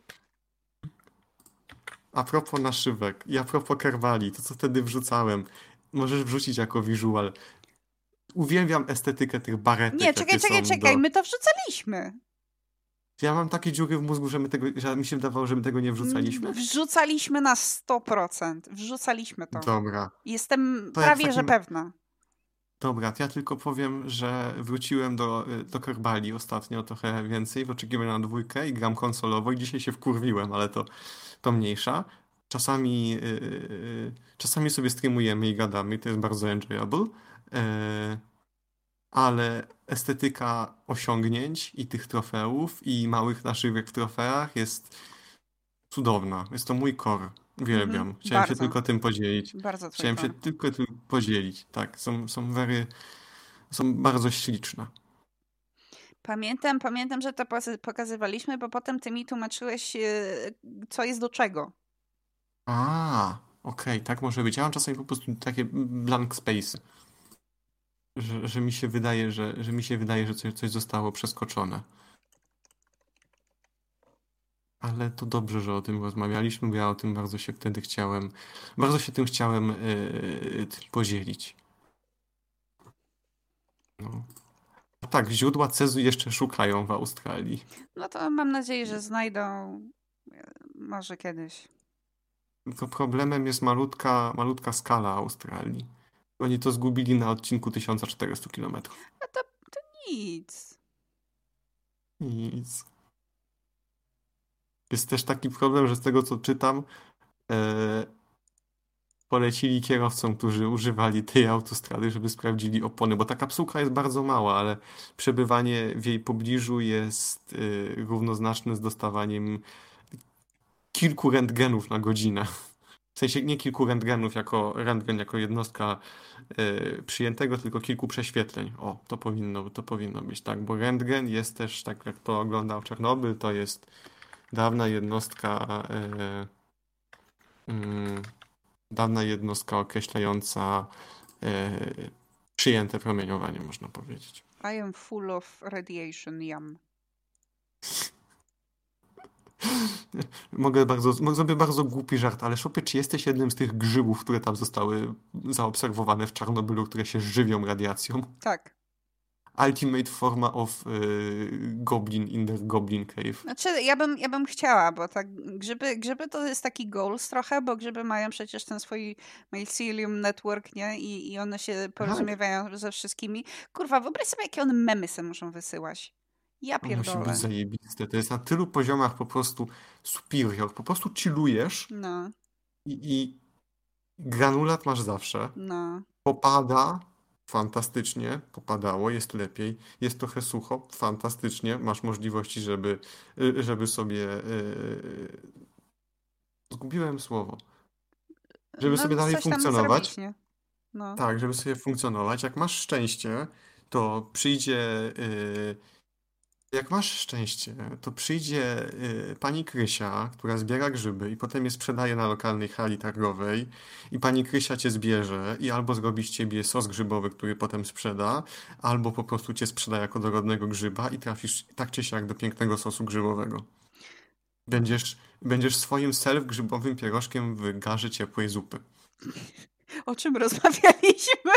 [SPEAKER 2] A propos naszywek i a propos Kerwali, to co wtedy wrzucałem, możesz wrzucić jako wizual. Uwielbiam estetykę tych
[SPEAKER 1] Nie,
[SPEAKER 2] baretek,
[SPEAKER 1] czekaj,
[SPEAKER 2] jakie
[SPEAKER 1] czekaj,
[SPEAKER 2] są
[SPEAKER 1] czekaj.
[SPEAKER 2] do...
[SPEAKER 1] My to wrzucaliśmy.
[SPEAKER 2] Ja mam takie dziury w mózgu, że, my tego, że mi się wydawało, że my tego nie
[SPEAKER 1] Mm,
[SPEAKER 2] wrzucaliśmy.
[SPEAKER 1] Wrzucaliśmy na sto procent. Wrzucaliśmy to.
[SPEAKER 2] Dobra.
[SPEAKER 1] Jestem
[SPEAKER 2] To jak w
[SPEAKER 1] prawie, że
[SPEAKER 2] takim...
[SPEAKER 1] pewna.
[SPEAKER 2] Dobra, to ja tylko powiem, że wróciłem do, do Kerbali ostatnio trochę więcej w oczekiwaniu na dwójkę i gram konsolowo i dzisiaj się wkurwiłem, ale to, to mniejsza. Czasami, yy, yy, czasami sobie streamujemy i gadamy i to jest bardzo enjoyable, yy, ale estetyka osiągnięć i tych trofeów i małych naszywek w trofeach jest cudowna. Jest to mój core.
[SPEAKER 1] Mhm.
[SPEAKER 2] Uwielbiam. Chciałem się
[SPEAKER 1] Bardzo.
[SPEAKER 2] tylko tym podzielić.
[SPEAKER 1] Bardzo twój
[SPEAKER 2] Chciałem się
[SPEAKER 1] kor.
[SPEAKER 2] tylko tym podzielić. Tak, są, są very są bardzo śliczne.
[SPEAKER 1] Pamiętam, pamiętam, że to pozy- pokazywaliśmy, bo potem ty mi tłumaczyłeś, e, co jest do czego.
[SPEAKER 2] A, okej, tak może być. Ja mam czasami po prostu takie blank space, że, że mi się wydaje, że, że mi się wydaje, że coś, coś zostało przeskoczone. Ale to dobrze, że o tym rozmawialiśmy, bo ja o tym bardzo się wtedy chciałem, bardzo się tym chciałem yy, tym podzielić. No. A tak, źródła Cezu jeszcze szukają w Australii.
[SPEAKER 1] No to mam nadzieję, że znajdą e, może kiedyś.
[SPEAKER 2] Tylko problemem jest malutka, malutka skala Australii. Oni to zgubili na odcinku tysiąc czterysta kilometrów.
[SPEAKER 1] No to, to nic.
[SPEAKER 2] Nic. Jest też taki problem, że z tego co czytam, e, polecili kierowcom, którzy używali tej autostrady, żeby sprawdzili opony, bo ta kapsułka jest bardzo mała, ale przebywanie w jej pobliżu jest e, równoznaczne z dostawaniem kilku rentgenów na godzinę. W sensie nie kilku rentgenów jako rentgen, jako jednostka e, przyjętego, tylko kilku prześwietleń. O, to powinno, to powinno być tak, bo rentgen jest też, tak jak to oglądał Czarnobyl, to jest dawna jednostka e, mm, dawna jednostka określająca e, przyjęte promieniowanie, można powiedzieć.
[SPEAKER 1] I am full of radiation, yum.
[SPEAKER 2] Mogę bardzo, mogę zrobię bardzo głupi żart, ale Szopie, czy jesteś jednym z tych grzybów, które tam zostały zaobserwowane w Czarnobylu, które się żywią radiacją?
[SPEAKER 1] Tak.
[SPEAKER 2] Ultimate forma of y, Goblin in the Goblin Cave.
[SPEAKER 1] Znaczy, ja bym, ja bym chciała, bo tak grzyby, grzyby to jest taki goals trochę, bo grzyby mają przecież ten swój mycelium network, nie? I, i one się porozumiewają ze wszystkimi. Kurwa, wyobraź sobie, jakie one memy sobie muszą wysyłać. Ja
[SPEAKER 2] To musi być
[SPEAKER 1] pierdolę.
[SPEAKER 2] zajebiste. To jest na tylu poziomach po prostu superior. Po prostu chillujesz
[SPEAKER 1] No,
[SPEAKER 2] i, i granulat masz zawsze.
[SPEAKER 1] no.
[SPEAKER 2] Popada, fantastycznie, popadało, jest lepiej. Jest trochę sucho, fantastycznie. Masz możliwości, żeby, y, żeby sobie. Yy, zgubiłem słowo. Żeby sobie
[SPEAKER 1] No,
[SPEAKER 2] dalej
[SPEAKER 1] coś tam
[SPEAKER 2] funkcjonować.
[SPEAKER 1] zrobić, nie? No.
[SPEAKER 2] Tak, żeby sobie funkcjonować. Jak masz szczęście, to przyjdzie. Yy, jak masz szczęście, to przyjdzie yy, pani Krysia, która zbiera grzyby i potem je sprzedaje na lokalnej hali targowej i pani Krysia cię zbierze i albo zrobi z ciebie sos grzybowy, który potem sprzeda, albo po prostu cię sprzeda jako dorodnego grzyba i trafisz tak czy siak do pięknego sosu grzybowego. Będziesz, będziesz swoim self-grzybowym pierożkiem w garze ciepłej zupy.
[SPEAKER 1] O czym rozmawialiśmy?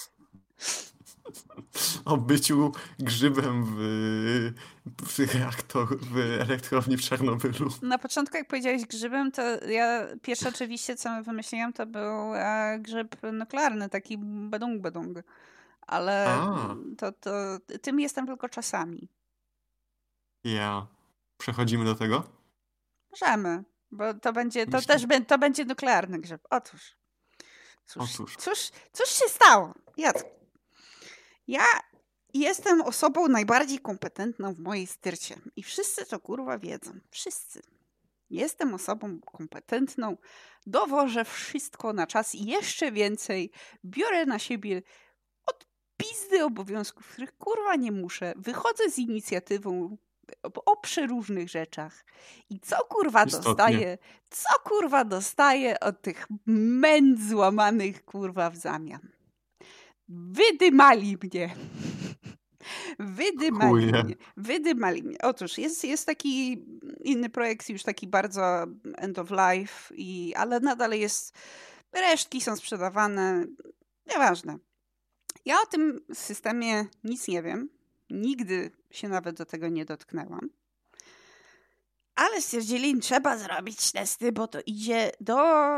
[SPEAKER 2] O byciu grzybem w, w reaktor, w elektrowni w Czarnobylu.
[SPEAKER 1] Na początku, jak powiedziałeś grzybem, to ja pierwsze oczywiście, co wymyśliłam, to był e, grzyb nuklearny, taki badung-badung. Ale
[SPEAKER 2] A,
[SPEAKER 1] to, to tym jestem tylko czasami.
[SPEAKER 2] ja. Przechodzimy do tego?
[SPEAKER 1] Możemy, bo to będzie, to
[SPEAKER 2] Myślę.
[SPEAKER 1] też bę- to będzie nuklearny grzyb. Otóż, cóż,
[SPEAKER 2] Otóż.
[SPEAKER 1] cóż, cóż się stało? Jacku? Ja I jestem osobą najbardziej kompetentną w mojej styrcie. I wszyscy to kurwa wiedzą. Wszyscy. Jestem osobą kompetentną, dowożę wszystko na czas i jeszcze więcej. Biorę na siebie od pizdy obowiązków, których kurwa nie muszę. Wychodzę z inicjatywą o, o przeróżnych rzeczach. I co kurwa
[SPEAKER 2] Istotnie.
[SPEAKER 1] dostaję? Co kurwa dostaję od tych męd złamanych kurwa w zamian? Wydymali mnie. Wydymali
[SPEAKER 2] Chuje.
[SPEAKER 1] mnie. Wydymali mnie. Otóż jest, jest taki inny projekt, już taki bardzo end of life, i, ale nadal jest, resztki są sprzedawane. Nieważne. Ja o tym systemie nic nie wiem. Nigdy się nawet do tego nie dotknęłam. Ale stwierdzili, trzeba zrobić testy, bo to idzie do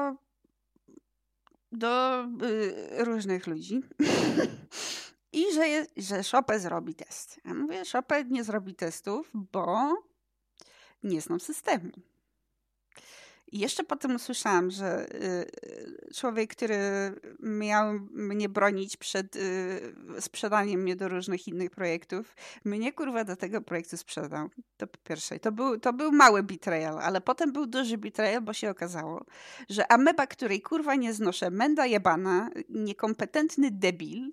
[SPEAKER 1] do y, różnych ludzi. I że, je, że Shopee zrobi test. Ja mówię, Shopee nie zrobi testów, bo nie znam systemu. I jeszcze potem usłyszałam, że y, człowiek, który miał mnie bronić przed y, sprzedaniem mnie do różnych innych projektów, mnie kurwa do tego projektu sprzedał. To po pierwsze. To był, to był mały betrayal, ale potem był duży betrayal, bo się okazało, że ameba, której kurwa nie znoszę, menda jebana, niekompetentny debil,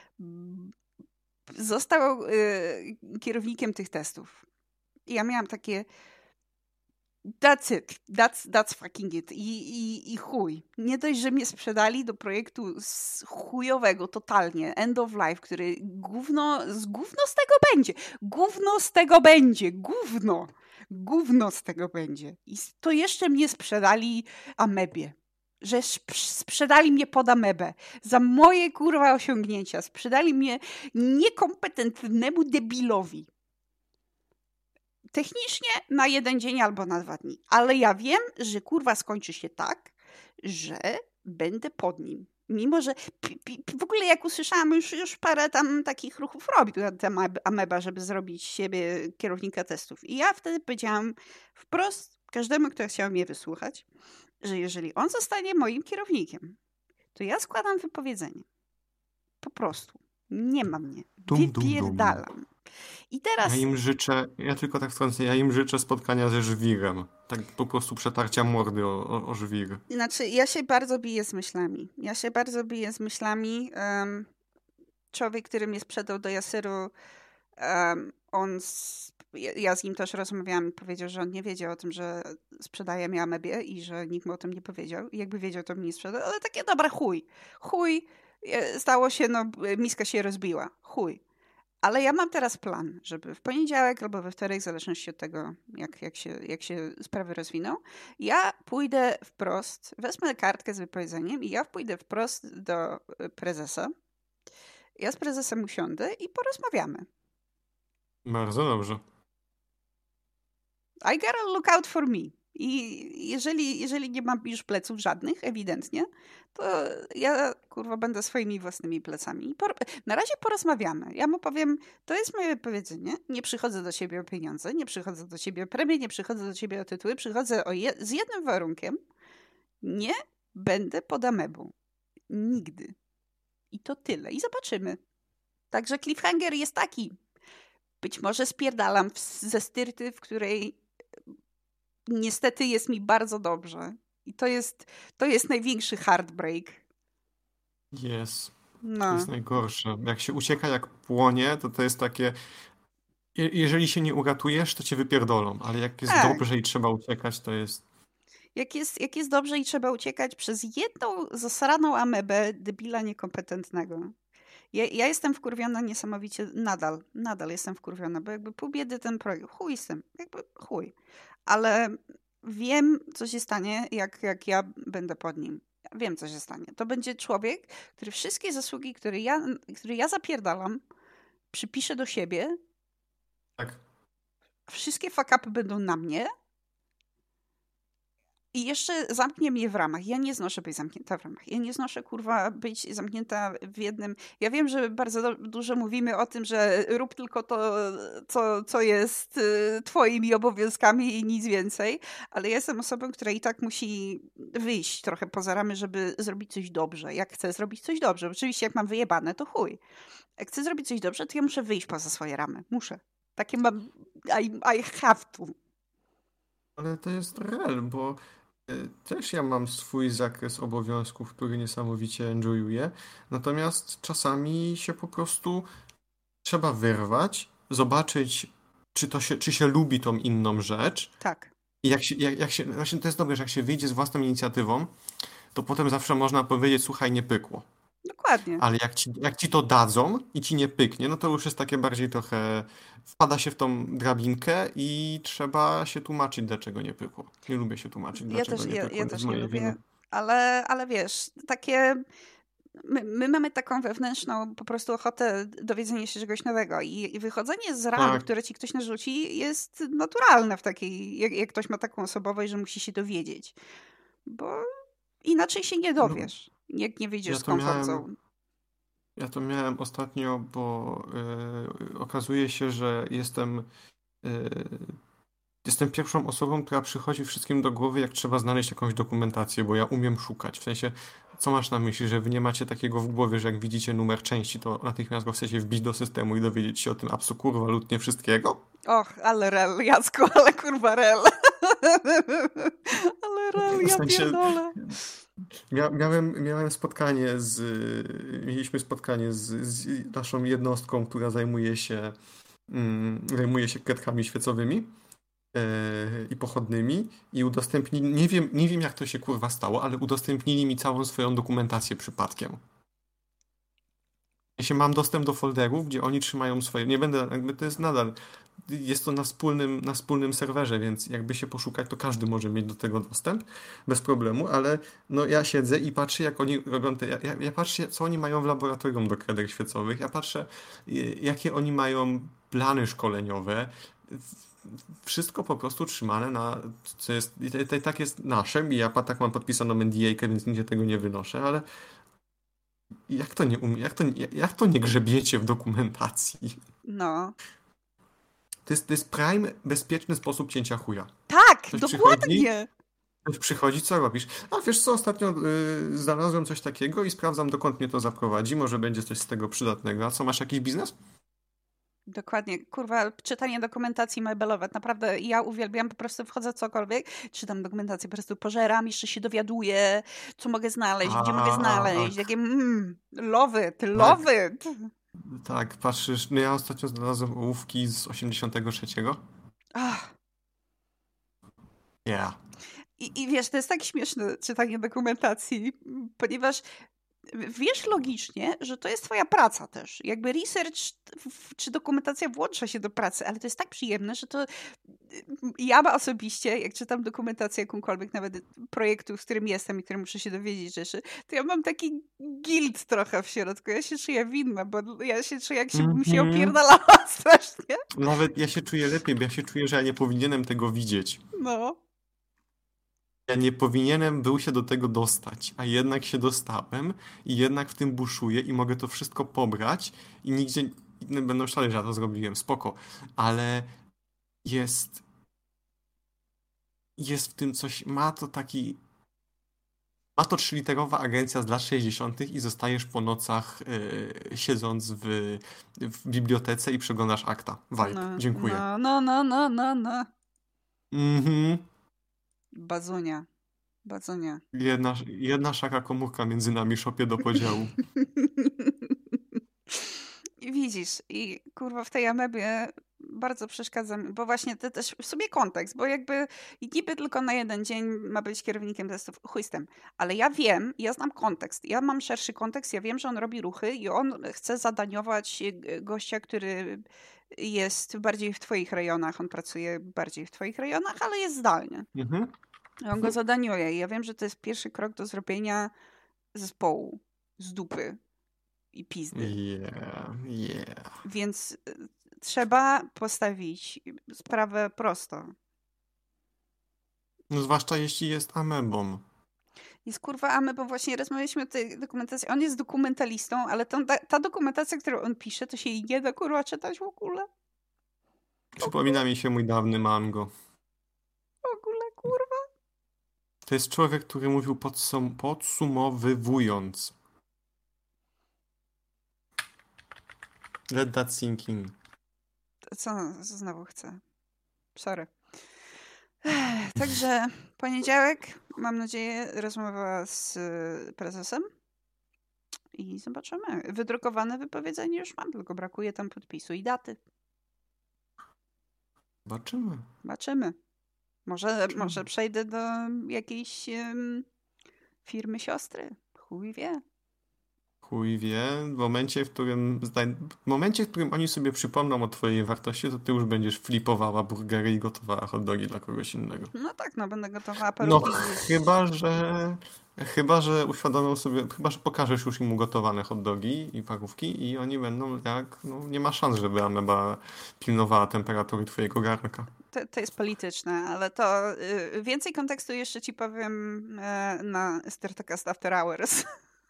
[SPEAKER 1] został y, kierownikiem tych testów. I ja miałam takie that's it, that's, that's fucking it. I, i, I chuj. Nie dość, że mnie sprzedali do projektu z chujowego totalnie, end of life, który gówno, z gówno z tego będzie. Gówno z tego będzie. Gówno. Gówno z tego będzie. I to jeszcze mnie sprzedali amebie. Że sprzedali mnie pod amebę. Za moje kurwa osiągnięcia. Sprzedali mnie niekompetentnemu debilowi. Technicznie na jeden dzień albo na dwa dni. Ale ja wiem, że kurwa skończy się tak, że będę pod nim. Mimo, że pi, pi, w ogóle jak usłyszałam, już, już parę tam takich ruchów robił ta ameba, żeby zrobić siebie kierownika testów. I ja wtedy powiedziałam wprost każdemu, kto chciał mnie wysłuchać, że jeżeli on zostanie moim kierownikiem, to ja składam wypowiedzenie. Po prostu. Nie ma mnie.
[SPEAKER 2] Dum, dum,
[SPEAKER 1] Wypierdalam.
[SPEAKER 2] dum.
[SPEAKER 1] I teraz...
[SPEAKER 2] Ja im życzę, ja tylko tak wtrącę, ja im życzę spotkania ze żwirem. Tak po prostu przetarcia mordy o, o, o żwir.
[SPEAKER 1] Znaczy, ja się bardzo biję z myślami. Ja się bardzo biję z myślami. Um, człowiek, który mnie sprzedał do Jasyru, um, on... Z, ja z nim też rozmawiałam i powiedział, że on nie wiedział o tym, że sprzedaje mi amebie i że nikt mu o tym nie powiedział. I jakby wiedział, to mi nie sprzedał. Ale takie, dobra, chuj. Chuj. Stało się, no, miska się rozbiła. Chuj. Ale ja mam teraz plan, żeby w poniedziałek albo we wtorek, w zależności od tego, jak, jak, się, jak się sprawy rozwiną, ja pójdę wprost, wezmę kartkę z wypowiedzeniem i ja pójdę wprost do prezesa. Ja z prezesem usiądę i porozmawiamy.
[SPEAKER 2] Bardzo dobrze.
[SPEAKER 1] I gotta look out for me. I jeżeli, jeżeli nie mam już pleców żadnych, ewidentnie, to ja, kurwa, będę swoimi własnymi plecami. Na razie porozmawiamy. Ja mu powiem, to jest moje powiedzenie, nie przychodzę do ciebie o pieniądze, nie przychodzę do ciebie o premię, nie przychodzę do ciebie o tytuły, przychodzę o je z jednym warunkiem. Nie będę pod amebą. Nigdy. I to tyle. I zobaczymy. Także cliffhanger jest taki. Być może spierdalam ze styrty, w której niestety jest mi bardzo dobrze. I to jest, to jest największy heartbreak.
[SPEAKER 2] Jest.
[SPEAKER 1] No.
[SPEAKER 2] To jest najgorsze. Jak się ucieka, jak płonie, to to jest takie... Je- jeżeli się nie uratujesz, to cię wypierdolą. Ale jak jest
[SPEAKER 1] Tak.
[SPEAKER 2] dobrze i trzeba uciekać, to jest...
[SPEAKER 1] Jak jest, jak jest dobrze i trzeba uciekać przez jedną zasraną amebę debila niekompetentnego. Ja, ja jestem wkurwiona niesamowicie, nadal, nadal jestem wkurwiona, bo jakby pół biedy ten projekt, chuj z tym, jakby chuj. Ale wiem, co się stanie, jak, jak ja będę pod nim. Wiem, co się stanie. To będzie człowiek, który wszystkie zasługi, które ja, które ja zapierdalam, przypiszę do siebie.
[SPEAKER 2] Tak.
[SPEAKER 1] Wszystkie fuck-upy będą na mnie. I jeszcze zamknie mnie w ramach. Ja nie znoszę być zamknięta w ramach. Ja nie znoszę, kurwa, być zamknięta w jednym... Ja wiem, że bardzo do- dużo mówimy o tym, że rób tylko to, co, co jest y, twoimi obowiązkami i nic więcej, ale ja jestem osobą, która i tak musi wyjść trochę poza ramy, żeby zrobić coś dobrze. Jak chcę zrobić coś dobrze. Oczywiście jak mam wyjebane, to chuj. Jak chcę zrobić coś dobrze, to ja muszę wyjść poza swoje ramy. Muszę. Takie mam... I, I have to.
[SPEAKER 2] Ale to jest real, bo y, też ja mam swój zakres obowiązków, który niesamowicie enjoyuję. Natomiast czasami się po prostu trzeba wyrwać, zobaczyć, czy to się, czy się lubi tą inną rzecz.
[SPEAKER 1] Tak.
[SPEAKER 2] I jak się, jak, jak się, właśnie to jest dobre, że jak się wyjdzie z własną inicjatywą, to potem zawsze można powiedzieć, słuchaj, nie pykło.
[SPEAKER 1] Dokładnie.
[SPEAKER 2] Ale jak ci, jak ci to dadzą i ci nie pyknie, no to już jest takie bardziej trochę, wpada się w tą drabinkę i trzeba się tłumaczyć, dlaczego nie pykło. Nie lubię się tłumaczyć,
[SPEAKER 1] Ja
[SPEAKER 2] dlaczego
[SPEAKER 1] też,
[SPEAKER 2] nie
[SPEAKER 1] ja,
[SPEAKER 2] pykło,
[SPEAKER 1] ja
[SPEAKER 2] nie z
[SPEAKER 1] też nie
[SPEAKER 2] mojej
[SPEAKER 1] lubię,
[SPEAKER 2] winy.
[SPEAKER 1] ale, ale wiesz, takie... My, my mamy taką wewnętrzną po prostu ochotę dowiedzenia się czegoś nowego i, i wychodzenie z ram,
[SPEAKER 2] Tak,
[SPEAKER 1] które ci ktoś narzuci, jest naturalne w takiej, jak, jak ktoś ma taką osobowość, że musi się dowiedzieć. Bo inaczej się nie
[SPEAKER 2] no,
[SPEAKER 1] dowiesz, jak nie wyjdziesz
[SPEAKER 2] ja
[SPEAKER 1] z
[SPEAKER 2] to
[SPEAKER 1] comfort
[SPEAKER 2] miałem,
[SPEAKER 1] zone.
[SPEAKER 2] ja to miałem ostatnio, bo y, okazuje się, że jestem, y, jestem pierwszą osobą, która przychodzi wszystkim do głowy, jak trzeba znaleźć jakąś dokumentację, bo ja umiem szukać. W sensie, co masz na myśli, że wy nie macie takiego w głowie, że jak widzicie numer części, to natychmiast go chcecie wbić do systemu i dowiedzieć się o tym absolutnie wszystkiego?
[SPEAKER 1] Och, ale rel, Jacku, ale kurwa rel. Ale rel,
[SPEAKER 2] W
[SPEAKER 1] ja
[SPEAKER 2] sensie,
[SPEAKER 1] pierdolę.
[SPEAKER 2] mia miałem, miałem spotkanie z, mieliśmy spotkanie z, z naszą jednostką, która zajmuje się, mm, zajmuje się kredkami świecowymi e, i pochodnymi i udostępnili, nie wiem, nie wiem jak to się kurwa stało, ale udostępnili mi całą swoją dokumentację przypadkiem. Ja się mam dostęp do folderów, gdzie oni trzymają swoje, nie będę, jakby to jest nadal, jest to na wspólnym, na wspólnym serwerze, więc jakby się poszukać, to każdy może mieć do tego dostęp bez problemu, ale no ja siedzę i patrzę, jak oni robią te, ja, ja ja patrzę, co oni mają w laboratorium do kredek świecowych, ja patrzę, y, jakie oni mają plany szkoleniowe, W- wszystko po prostu trzymane na, co jest, i to- to tak jest nasze, i ja pa- tak mam podpisaną N D A, więc nigdzie tego nie wynoszę, ale jak to nie umie, jak to, nie- jak to nie grzebiecie w dokumentacji?
[SPEAKER 1] No.
[SPEAKER 2] To jest, to jest prime, bezpieczny sposób cięcia chuja.
[SPEAKER 1] Tak,
[SPEAKER 2] Ktoś przychodzi,
[SPEAKER 1] dokładnie.
[SPEAKER 2] ktoś przychodzi, co robisz? A wiesz co, ostatnio y, znalazłem coś takiego i sprawdzam, dokąd mnie to zaprowadzi. Może będzie coś z tego przydatnego. A co, masz jakiś biznes?
[SPEAKER 1] Dokładnie. Kurwa, czytanie dokumentacji mebelowe. Naprawdę ja uwielbiam, po prostu wchodzę w cokolwiek, czytam dokumentację, po prostu pożeram, jeszcze się dowiaduję, co mogę znaleźć, gdzie mogę znaleźć.
[SPEAKER 2] Tak,
[SPEAKER 1] Takie mmm, lowy, ty
[SPEAKER 2] tak,
[SPEAKER 1] lowy.
[SPEAKER 2] tak, patrzysz. No ja ostatnio znalazłem ołówki z osiemdziesiątego trzeciego.
[SPEAKER 1] Ach.
[SPEAKER 2] Yeah.
[SPEAKER 1] I, I wiesz, to jest tak śmieszne czytanie dokumentacji, ponieważ wiesz logicznie, że to jest twoja praca też. Jakby research w- czy dokumentacja włącza się do pracy, ale to jest tak przyjemne, że to ja osobiście, jak czytam dokumentację jakąkolwiek, nawet projektu, w którym jestem i którym muszę się dowiedzieć rzeczy, to ja mam taki guilt trochę w środku. Ja się czuję winna, bo ja się czuję, jak się bym się
[SPEAKER 2] Mhm.
[SPEAKER 1] opierdalała strasznie.
[SPEAKER 2] Nawet ja się czuję lepiej, bo ja się czuję, że ja nie powinienem tego widzieć.
[SPEAKER 1] No.
[SPEAKER 2] Ja nie powinienem był się do tego dostać, a jednak się dostałem i jednak w tym buszuję i mogę to wszystko pobrać i nigdzie inne będą szaleć, że ja to zrobiłem, spoko. Ale jest, jest w tym coś, ma to taki, ma to trzyliterowa agencja z lat sześćdziesiątych i zostajesz po nocach yy, siedząc w, w bibliotece i przeglądasz akta. Vibe.
[SPEAKER 1] No,
[SPEAKER 2] Dziękuję.
[SPEAKER 1] no, no, no, no, no, no.
[SPEAKER 2] Mhm.
[SPEAKER 1] Bazunia. Bazunia.
[SPEAKER 2] Jedna, jedna szara komórka między nami szopie do podziału.
[SPEAKER 1] I widzisz, i kurwa w tej amebie bardzo przeszkadza mi, bo właśnie to też w sobie kontekst, bo jakby niby tylko na jeden dzień ma być kierownikiem testów, chuj z tym, ale ja wiem, ja znam kontekst, ja mam szerszy kontekst, ja wiem, że on robi ruchy i on chce zadaniować e, gościa, który jest bardziej w twoich rejonach, on pracuje bardziej w twoich rejonach, ale jest zdalnie.
[SPEAKER 2] Mhm.
[SPEAKER 1] I on go zadaniuje i ja wiem, że to jest pierwszy krok do zrobienia zespołu z dupy i pizdy.
[SPEAKER 2] Yeah, yeah.
[SPEAKER 1] Więc y, trzeba postawić sprawę prosto.
[SPEAKER 2] No zwłaszcza jeśli jest amebą.
[SPEAKER 1] Jest kurwa Amy, bo właśnie rozmawialiśmy o tej dokumentacji. On jest dokumentalistą, ale tą, ta, ta dokumentacja, którą on pisze, to się jej nie da kurwa czytać w ogóle.
[SPEAKER 2] Przypomina mi się mój dawny mango.
[SPEAKER 1] W ogóle kurwa.
[SPEAKER 2] To jest człowiek, który mówił podsum podsumowywując. Let that sink in.
[SPEAKER 1] Co, co znowu chcę? Sorry. Ech, Także poniedziałek, mam nadzieję, rozmowa z y, prezesem i zobaczymy. Wydrukowane wypowiedzenie już mam, tylko brakuje tam podpisu i daty.
[SPEAKER 2] Zobaczymy.
[SPEAKER 1] Zobaczymy. Może, może przejdę do jakiejś em, firmy siostry. Chuj wie.
[SPEAKER 2] Chuj wie, w momencie, w którym zdań- w momencie, w którym oni sobie przypomną o twojej wartości, to ty już będziesz flipowała burgery i gotowała hot dogi dla kogoś innego.
[SPEAKER 1] No tak, no będę gotowała
[SPEAKER 2] No
[SPEAKER 1] parówki gdzieś.
[SPEAKER 2] chyba, że chyba, że uświadomią sobie, chyba, że pokażesz już im ugotowane hot dogi i parówki i oni będą jak, no nie ma szans, żeby ameba pilnowała temperatury twojego garnka.
[SPEAKER 1] To, to jest polityczne, ale to y, więcej kontekstu jeszcze ci powiem e, na Styrtacast After Hours.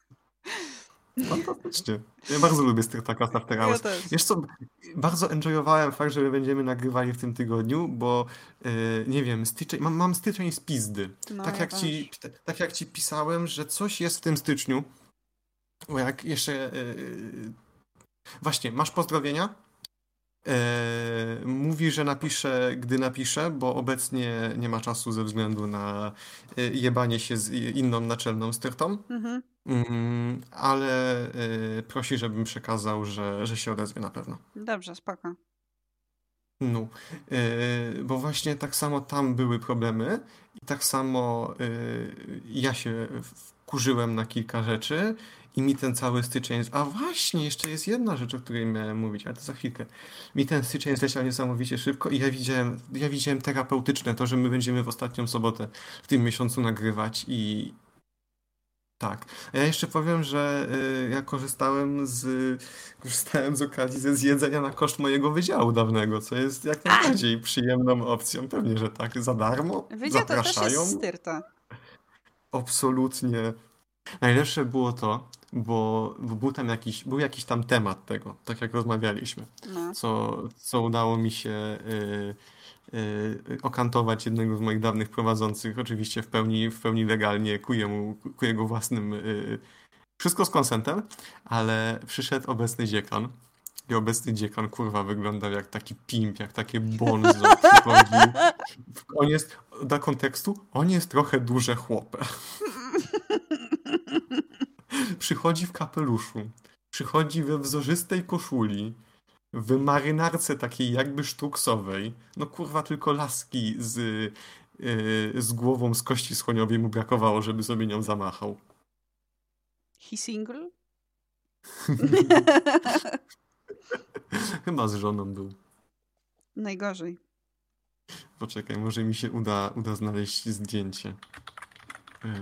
[SPEAKER 2] Fantastycznie. Ja bardzo lubię Styrtacast After
[SPEAKER 1] Ja
[SPEAKER 2] Hours.
[SPEAKER 1] też.
[SPEAKER 2] Wiesz co, bardzo enjoyowałem fakt, że będziemy nagrywali w tym tygodniu, bo yy, nie wiem, styczeń, mam, mam styczeń z pizdy.
[SPEAKER 1] No,
[SPEAKER 2] Tak
[SPEAKER 1] ja
[SPEAKER 2] jak ci,
[SPEAKER 1] też.
[SPEAKER 2] t- tak jak ci pisałem, że coś jest w tym styczniu, bo jak jeszcze... Yy, właśnie, masz pozdrowienia? Yy, mówi, że napisze, gdy napisze, bo obecnie nie ma czasu ze względu na yy, jebanie się z i- inną naczelną styrtą.
[SPEAKER 1] Mhm.
[SPEAKER 2] Mm, ale y, prosi, żebym przekazał, że, że się odezwie na pewno.
[SPEAKER 1] Dobrze, spoko.
[SPEAKER 2] No, y, bo właśnie tak samo tam były problemy i tak samo y, ja się wkurzyłem na kilka rzeczy i mi ten cały styczeń... A właśnie, jeszcze jest jedna rzecz, o której miałem mówić, ale to za chwilkę. Mi ten styczeń zleciał niesamowicie szybko i ja widziałem, ja widziałem terapeutyczne to, że my będziemy w ostatnią sobotę w tym miesiącu nagrywać i tak. A ja jeszcze powiem, że y, ja korzystałem z, korzystałem z okazji ze zjedzenia na koszt mojego wydziału dawnego, co jest jak najbardziej przyjemną opcją. Pewnie, że tak. Za darmo?
[SPEAKER 1] Wydział to też jest
[SPEAKER 2] Zapraszają?
[SPEAKER 1] styrta.
[SPEAKER 2] Absolutnie. Najlepsze było to, bo, bo był tam jakiś, był jakiś tam temat tego, tak jak rozmawialiśmy,
[SPEAKER 1] No.
[SPEAKER 2] co, co udało mi się y, y, okantować jednego z moich dawnych prowadzących, oczywiście w pełni, w pełni legalnie, ku jemu, ku jego własnym, y, wszystko z konsentem, ale przyszedł obecny dziekan i obecny dziekan, kurwa, wyglądał jak taki pimp, jak takie bonzo przychodzi. On jest, dla kontekstu, on jest trochę duże chłopę. Przychodzi w kapeluszu, przychodzi we wzorzystej koszuli, w marynarce takiej jakby sztruksowej. No kurwa, tylko laski z, yy, z głową z kości słoniowej mu brakowało, żeby sobie nią zamachał.
[SPEAKER 1] He single?
[SPEAKER 2] Chyba z żoną był.
[SPEAKER 1] Najgorzej.
[SPEAKER 2] Poczekaj, może mi się uda, uda znaleźć zdjęcie. Yy...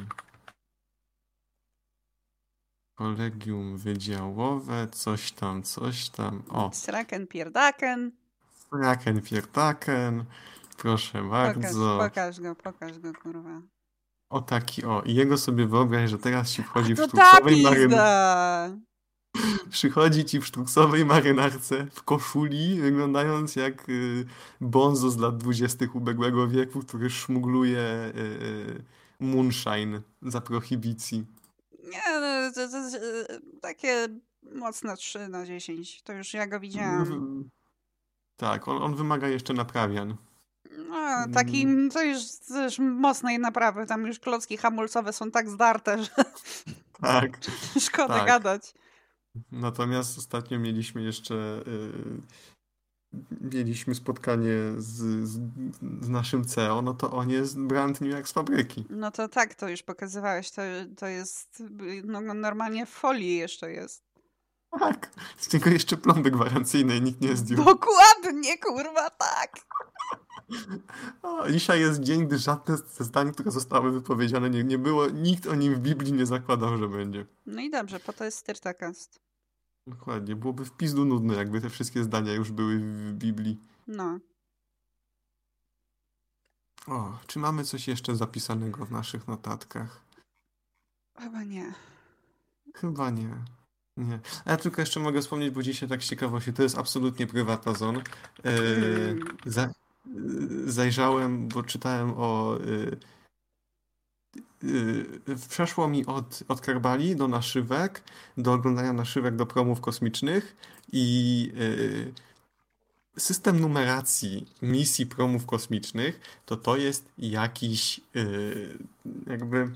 [SPEAKER 2] Kolegium wydziałowe, coś tam, coś tam. O,
[SPEAKER 1] Sraken, pierdaken.
[SPEAKER 2] Fraken, Piertaken. Proszę
[SPEAKER 1] Pokaż,
[SPEAKER 2] bardzo.
[SPEAKER 1] pokaż go, pokaż go, kurwa.
[SPEAKER 2] O taki, o. I jego sobie wyobraź, że teraz ci wchodzi w
[SPEAKER 1] To ta
[SPEAKER 2] sztuksowej marynarce.
[SPEAKER 1] pizda!
[SPEAKER 2] Przychodzi ci w sztuksowej marynarce, w koszuli, wyglądając jak y, bonzo z lat dwudziestych ubiegłego wieku, który szmugluje y, y, moonshine za prohibicji.
[SPEAKER 1] Nie, no, to, to, to, takie mocne trzy na dziesięć. To już ja go widziałam.
[SPEAKER 2] Tak, on, on wymaga jeszcze naprawian.
[SPEAKER 1] No, taki, to już, to już mocnej naprawy. Tam już klocki hamulcowe są tak zdarte, że
[SPEAKER 2] Tak.
[SPEAKER 1] szkoda
[SPEAKER 2] tak.
[SPEAKER 1] gadać.
[SPEAKER 2] Natomiast ostatnio mieliśmy jeszcze yy, mieliśmy spotkanie z, z, z naszym C E O, no to on jest brand new jak z fabryki.
[SPEAKER 1] No to tak, to już pokazywałeś. To, to jest, no normalnie w folii jeszcze jest.
[SPEAKER 2] Tak, z niego jeszcze plomby gwarancyjnej nikt nie zdjął.
[SPEAKER 1] Dokładnie, kurwa, tak.
[SPEAKER 2] O, dzisiaj jest dzień, gdy żadne ze zdań, które zostały wypowiedziane, nie, nie było, nikt o nim w Biblii nie zakładał, że będzie.
[SPEAKER 1] No i dobrze, po to jest Styrtacast.
[SPEAKER 2] Dokładnie, byłoby w pizdu nudne, jakby te wszystkie zdania już były w Biblii.
[SPEAKER 1] No.
[SPEAKER 2] O, czy mamy coś jeszcze zapisanego w naszych notatkach?
[SPEAKER 1] Chyba nie.
[SPEAKER 2] Chyba nie. Nie. A ja tylko jeszcze mogę wspomnieć, bo dzisiaj tak z ciekawości, to jest absolutnie prywatna zona. Yy, za, yy, zajrzałem, bo czytałem o yy, yy, przeszło mi od, od Kerbali do naszywek, do oglądania naszywek do promów kosmicznych i yy, system numeracji misji promów kosmicznych to to jest jakiś yy, jakby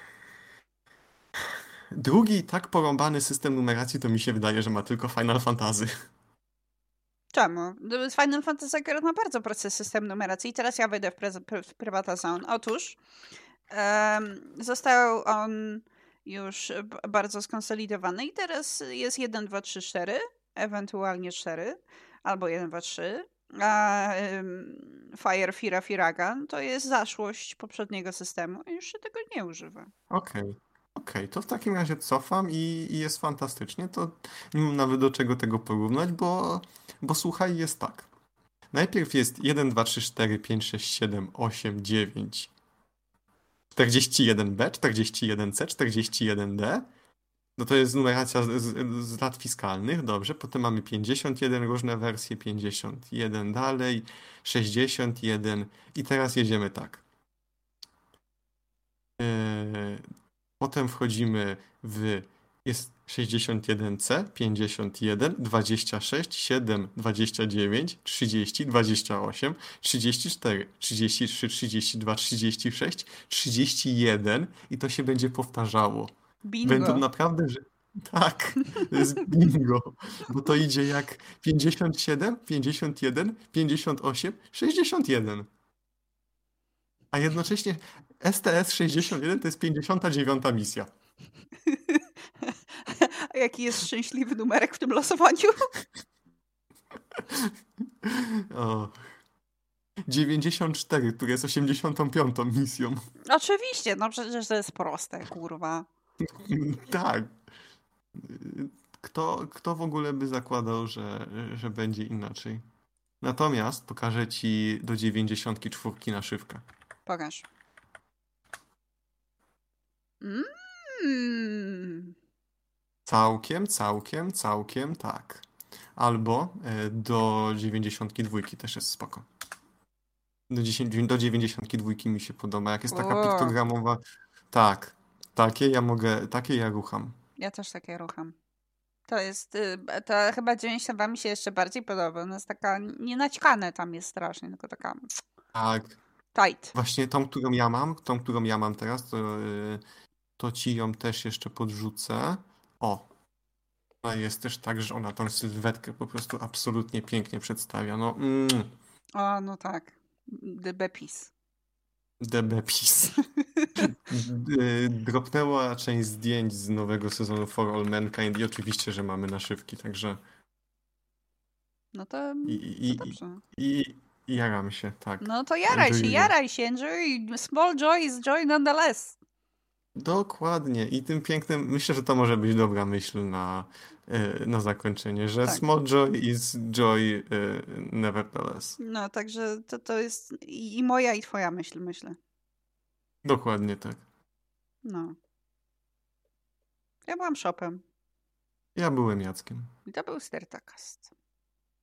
[SPEAKER 2] drugi tak porąbany system numeracji to mi się wydaje, że ma tylko Final Fantasy.
[SPEAKER 1] Czemu? Final Fantasy akurat ma bardzo prosty system numeracji i teraz ja wejdę w, pre- w Private Zone. Otóż um, został on już b- bardzo skonsolidowany i teraz jest jeden, dwa, trzy, cztery, ewentualnie cztery, albo jeden, dwa, trzy, a um, Fire, Fira, Firagan to jest zaszłość poprzedniego systemu i już się tego nie używa.
[SPEAKER 2] Okej, okej, to w takim razie cofam i, i jest fantastycznie. To nie mam nawet do czego tego porównać, bo, bo słuchaj, jest tak. Najpierw jest jeden, dwa, trzy, cztery, pięć, sześć, siedem, osiem, dziewięć, czterdzieści jeden B, czterdzieści jeden C, czterdzieści jeden D. No to jest numeracja z, z, z lat fiskalnych, dobrze. Potem mamy pięćdziesiąt jeden, różne wersje, pięćdziesiąt jeden dalej, sześćdziesiąt jeden i teraz jedziemy tak. Eee, Potem wchodzimy w, jest sześćdziesiąt jeden C, pięćdziesiąt jeden, dwadzieścia sześć, siedem, dwadzieścia dziewięć, trzydzieści, dwadzieścia osiem, trzydzieści cztery, trzydzieści trzy, trzydzieści dwa, trzydzieści sześć, trzydzieści jeden i to się będzie powtarzało. Będą
[SPEAKER 1] Bingo.
[SPEAKER 2] naprawdę, że tak, to jest bingo, bo to idzie jak pięćdziesiąt siedem, pięćdziesiąt jeden, pięćdziesiąt osiem, sześćdziesiąt jeden. A jednocześnie S T S sześćdziesiąt jeden to jest pięćdziesiąta dziewiąta misja.
[SPEAKER 1] A jaki jest szczęśliwy numerek w tym losowaniu?
[SPEAKER 2] O. dziewięćdziesiąt cztery, który jest osiemdziesiątą piątą misją.
[SPEAKER 1] Oczywiście, no przecież to jest proste, kurwa.
[SPEAKER 2] Tak. Kto, kto w ogóle by zakładał, że, że będzie inaczej? Natomiast pokażę ci do dziewięćdziesiątki czwórki naszywkę.
[SPEAKER 1] Pokaż. Mm.
[SPEAKER 2] Całkiem, całkiem, całkiem tak. Albo e, do dziewięćdziesiątki dwójki też jest spoko. Do, dziesięć, do dziewięćdziesiątki dwójki mi się podoba. Jak jest taka
[SPEAKER 1] O.
[SPEAKER 2] piktogramowa. Tak. Takie ja mogę, takie ja rucham.
[SPEAKER 1] Ja też takie rucham. To jest, y, to chyba dziewięćdziesiąt dwa mi się jeszcze bardziej podoba. Ona jest taka, nienaćkane tam jest strasznie, tylko taka
[SPEAKER 2] Tak.
[SPEAKER 1] tight.
[SPEAKER 2] Właśnie tą, którą ja mam, tą, którą ja mam teraz, to, yy, to ci ją też jeszcze podrzucę. O. Ona jest też tak, że ona tą sylwetkę po prostu absolutnie pięknie przedstawia. No, mm,
[SPEAKER 1] O, no tak. The Bepis.
[SPEAKER 2] D B P I S. D- Dropnęła część zdjęć z nowego sezonu For All Mankind i oczywiście, że mamy naszywki, także
[SPEAKER 1] No to,
[SPEAKER 2] i, i,
[SPEAKER 1] to dobrze.
[SPEAKER 2] i, i jaram się, tak.
[SPEAKER 1] No to jaraj się,
[SPEAKER 2] Enjoyuję.
[SPEAKER 1] jaraj się, enjoy. Small joy is joy nonetheless.
[SPEAKER 2] Dokładnie. I tym pięknym, myślę, że to może być dobra myśl na, e, na zakończenie, że
[SPEAKER 1] Tak.
[SPEAKER 2] small joy is joy e, nevertheless.
[SPEAKER 1] No, także to, to jest i, i moja, i twoja myśl, myślę.
[SPEAKER 2] Dokładnie tak.
[SPEAKER 1] No. Ja byłam shopem.
[SPEAKER 2] Ja byłem Jackiem.
[SPEAKER 1] I to był Stertakast.